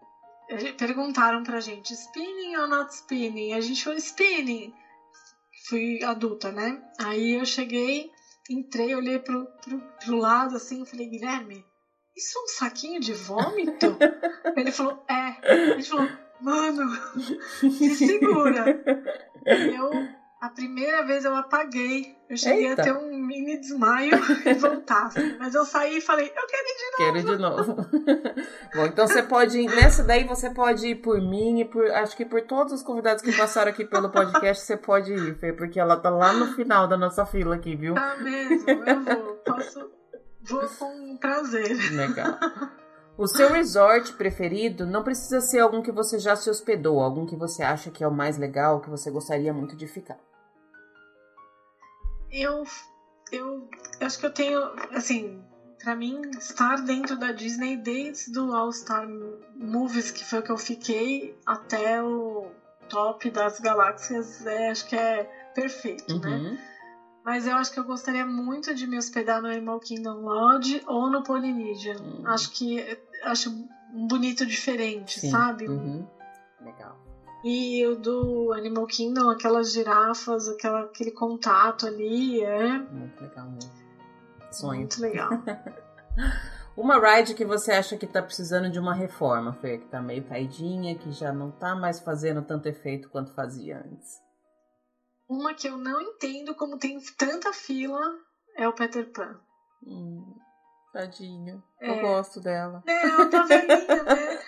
perguntaram pra gente, spinning ou not spinning? A gente falou, spinning. Fui adulta, né? Aí eu cheguei, entrei, olhei pro lado assim, e falei, Guilherme, isso é um saquinho de vômito? Ele falou, é. A gente falou, mano, se segura. E a primeira vez eu apaguei. Eu cheguei a ter um mini desmaio e voltar. Assim. Mas eu saí e falei, eu quero ir de novo. Quero ir de novo. Bom, então você pode ir, nessa daí você pode ir por mim e acho que por todos os convidados que passaram aqui pelo podcast, você pode ir, Fê, porque ela tá lá no final da nossa fila aqui, viu? Tá mesmo, eu vou com prazer. Legal. O seu resort preferido não precisa ser algum que você já se hospedou, algum que você acha que é o mais legal, que você gostaria muito de ficar. Eu acho que eu tenho, assim, pra mim, estar dentro da Disney desde o All Star Movies, que foi o que eu fiquei, até o top das galáxias, acho que é perfeito, né? Mas eu acho que eu gostaria muito de me hospedar no Animal Kingdom Lodge ou no Polynesian. Acho bonito diferente, sim, sabe? Legal. E o do Animal Kingdom, aquelas girafas, aquele contato ali, muito legal mesmo. Sonho. Muito legal. Uma ride que você acha que tá precisando de uma reforma, Fê, que tá meio caidinha, que já não tá mais fazendo tanto efeito quanto fazia antes. Uma que eu não entendo como tem tanta fila é o Peter Pan. Tadinha. Eu gosto dela. Ela tá velhinha, né?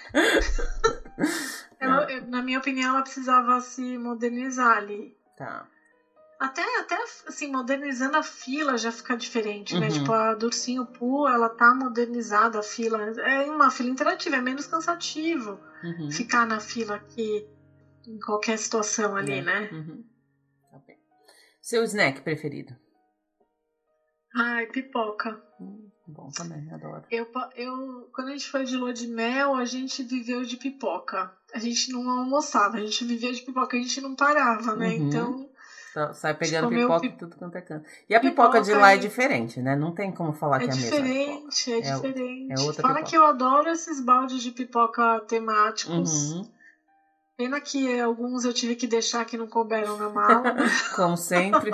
Na minha opinião, ela precisava se modernizar ali. Tá. Até assim, modernizando a fila já fica diferente, né? Tipo, a do Ursinho Pooh, ela tá modernizada, a fila. É uma fila interativa, é menos cansativo ficar na fila aqui em qualquer situação ali, né? Tá bem. Seu snack preferido? Ai, pipoca. Bom também, adoro. Quando a gente foi de lua de mel, a gente viveu de pipoca. A gente não almoçava, a gente vivia de pipoca, a gente não parava, né? Então... Sai pegando pipoca e tudo quanto é canto. E a pipoca de lá é diferente, né? Não tem como falar que é a mesma pipoca. É diferente. É outra Fala pipoca. que eu adoro esses baldes de pipoca temáticos. Pena que alguns eu tive que deixar que não couberam na mala. Como sempre.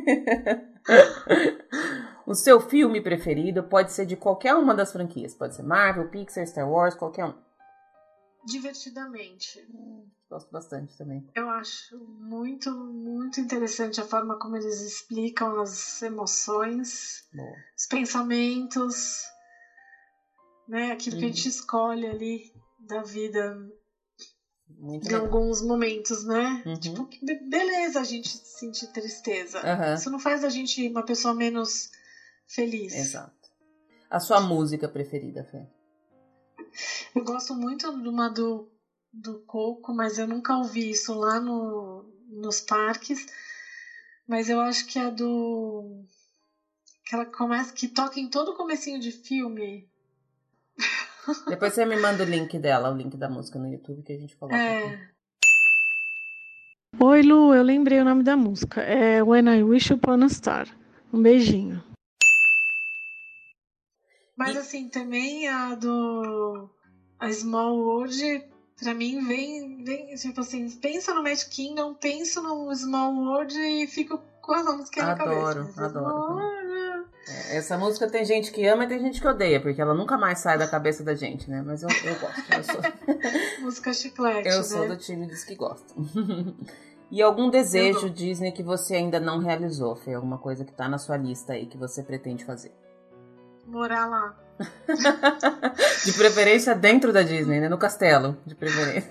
O seu filme preferido pode ser de qualquer uma das franquias. Pode ser Marvel, Pixar, Star Wars, qualquer um. Divertidamente. Gosto bastante também. Eu acho muito, muito interessante a forma como eles explicam as emoções, os pensamentos, né? Aquilo que a gente escolhe ali da vida em alguns momentos, né? Tipo, beleza a gente sentir tristeza. Isso não faz a gente uma pessoa menos feliz. Exato. A sua música preferida, Fê? Eu gosto muito de uma do Coco, mas eu nunca ouvi isso lá nos parques. Mas eu acho que é que toca em todo o comecinho de filme. Depois você me manda o link dela, o link da música no YouTube que a gente coloca aqui. Oi, Lu, eu lembrei o nome da música. É When I Wish Upon a Star. Um beijinho. Mas assim, também a Small World, pra mim, vem tipo assim, pensa no Magic Kingdom, pensa no Small World e fico com a música na cabeça. Adoro. Essa música tem gente que ama e tem gente que odeia, porque ela nunca mais sai da cabeça da gente, né? Mas eu gosto. Música chiclete, eu sou do time dos que gostam. E algum desejo Disney que você ainda não realizou, Fê? Alguma coisa que tá na sua lista aí que você pretende fazer? Morar lá. De preferência dentro da Disney, né? No castelo, de preferência.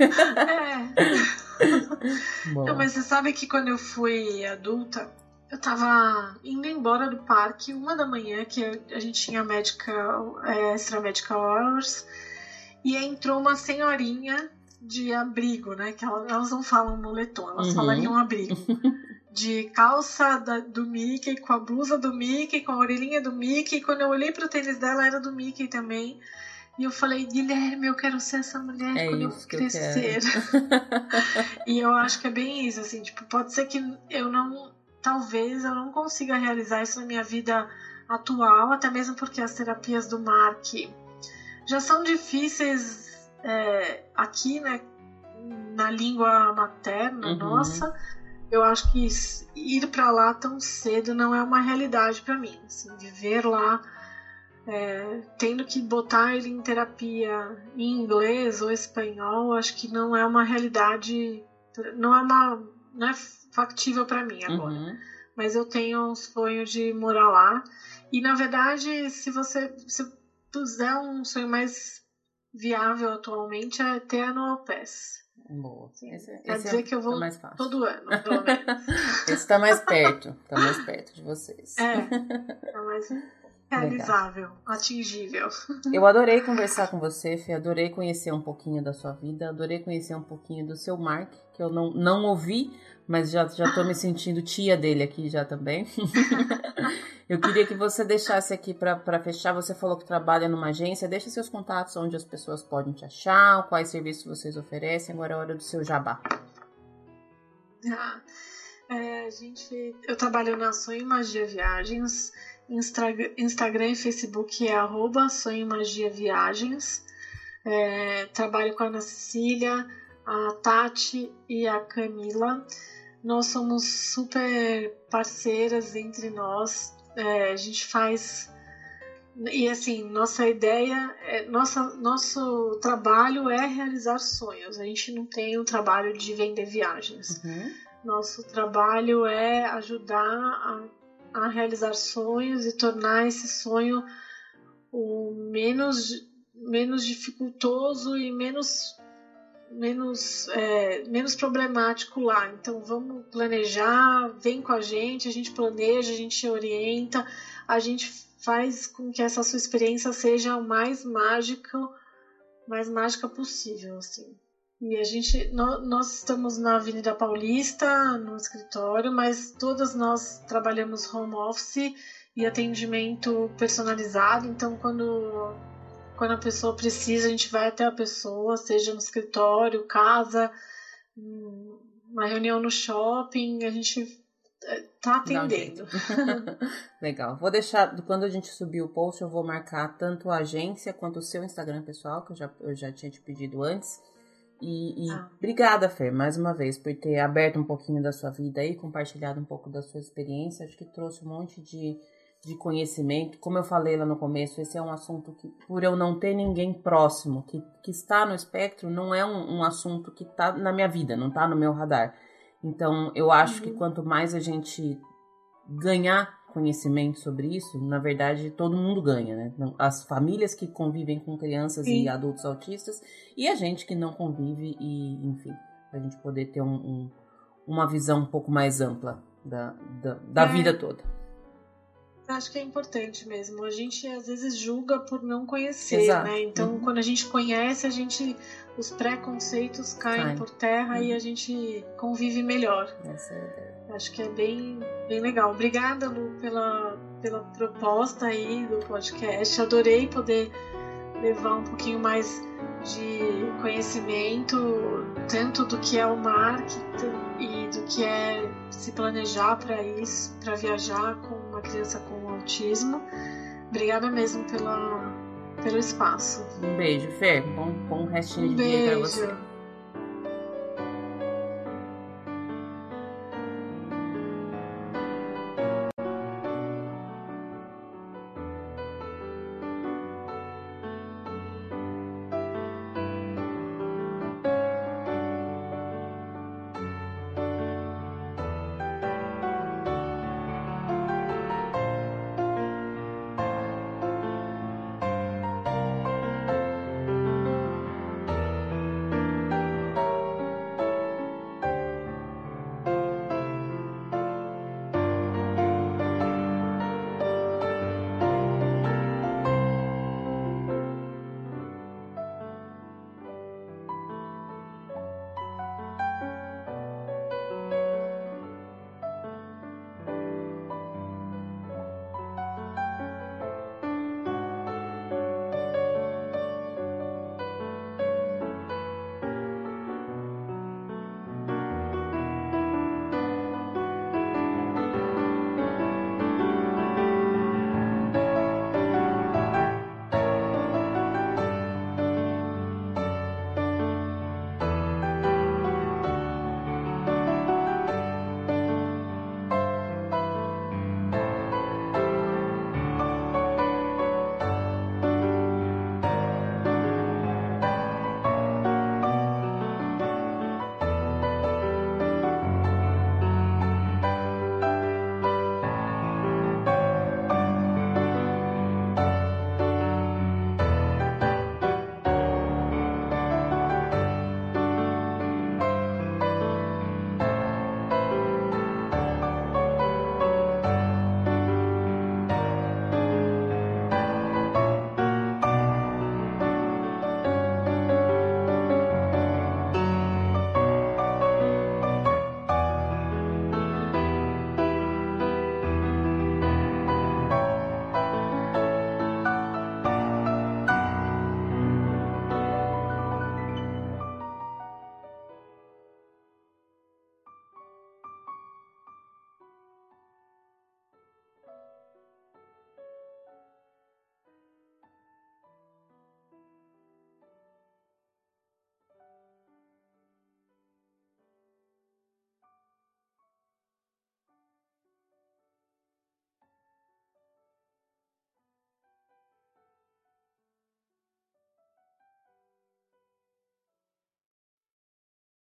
Não, mas você sabe que quando eu fui adulta, eu tava indo embora do parque 1h, que a gente tinha extra medical hours, e entrou uma senhorinha de abrigo, né? Que elas não falam moletom, elas falariam abrigo. De calça do Mickey, com a blusa do Mickey, com a orelhinha do Mickey. E quando eu olhei pro tênis dela, era do Mickey também. E eu falei, Guilherme, eu quero ser essa mulher quando eu crescer. E eu acho que é bem isso, assim, tipo, pode ser que talvez eu não consiga realizar isso na minha vida atual, até mesmo porque as terapias do Mark já são difíceis aqui, né, na língua materna nossa, eu acho que ir para lá tão cedo não é uma realidade para mim. Assim, viver lá, tendo que botar ele em terapia em inglês ou espanhol, acho que não é uma realidade, não é factível para mim agora. Mas eu tenho um sonho de morar lá. E, na verdade, se puser um sonho mais viável atualmente, é ter Annual Pass. Boa. Quer dizer que eu vou todo ano, pelo menos. Esse tá mais perto de vocês. Tá mais realizável, legal. Atingível. Eu adorei conversar com você, Fê, adorei conhecer um pouquinho da sua vida, adorei conhecer um pouquinho do seu Mark, que eu não ouvi, mas já tô me sentindo tia dele aqui já também. Eu queria que você deixasse aqui para fechar, você falou que trabalha numa agência, deixa seus contatos onde as pessoas podem te achar, quais serviços vocês oferecem, agora é a hora do seu jabá. Eu trabalho na Sonho Magia Viagens, Instagram e Facebook é @sonhomagiaviagens. Trabalho com a Ana Cecília, a Tati e a Camila. Nós somos super parceiras entre nós. A gente faz... E assim, nossa ideia, nosso trabalho é realizar sonhos. A gente não tem um trabalho de vender viagens. Nosso trabalho é ajudar a realizar sonhos e tornar esse sonho o menos dificultoso e menos problemático lá. Então vamos planejar, vem com a gente planeja, a gente orienta, a gente faz com que essa sua experiência seja o mais mágica possível, assim. E nós estamos na Avenida Paulista, no escritório, mas todas nós trabalhamos home office e atendimento personalizado. Então, quando a pessoa precisa, a gente vai até a pessoa, seja no escritório, casa, uma reunião no shopping, a gente tá atendendo. Legal. Vou deixar, quando a gente subir o post, eu vou marcar tanto a agência quanto o seu Instagram pessoal, que eu já tinha te pedido antes. Obrigada, Fer, mais uma vez, por ter aberto um pouquinho da sua vida aí, compartilhado um pouco da sua experiência. Acho que trouxe um monte de conhecimento. Como eu falei lá no começo, esse é um assunto que, por eu não ter ninguém próximo que está no espectro, não é um assunto que está na minha vida, não está no meu radar. Então, eu acho que quanto mais a gente ganhar conhecimento sobre isso, na verdade, todo mundo ganha, né? As famílias que convivem com crianças e adultos autistas e a gente que não convive e, enfim, pra gente poder ter uma visão um pouco mais ampla da vida toda. Acho que é importante mesmo. A gente, às vezes, julga por não conhecer, exato, né? Então, quando a gente conhece, os preconceitos caem por terra e a gente convive melhor. Essa é a ideia. Acho que é bem legal. Obrigada, Lu, pela proposta aí do podcast. Adorei poder levar um pouquinho mais de conhecimento, tanto do que é o marketing e do que é se planejar para isso, para viajar com uma criança com autismo. Obrigada mesmo pelo espaço. Um beijo, Fer. Bom restinho de dia para você.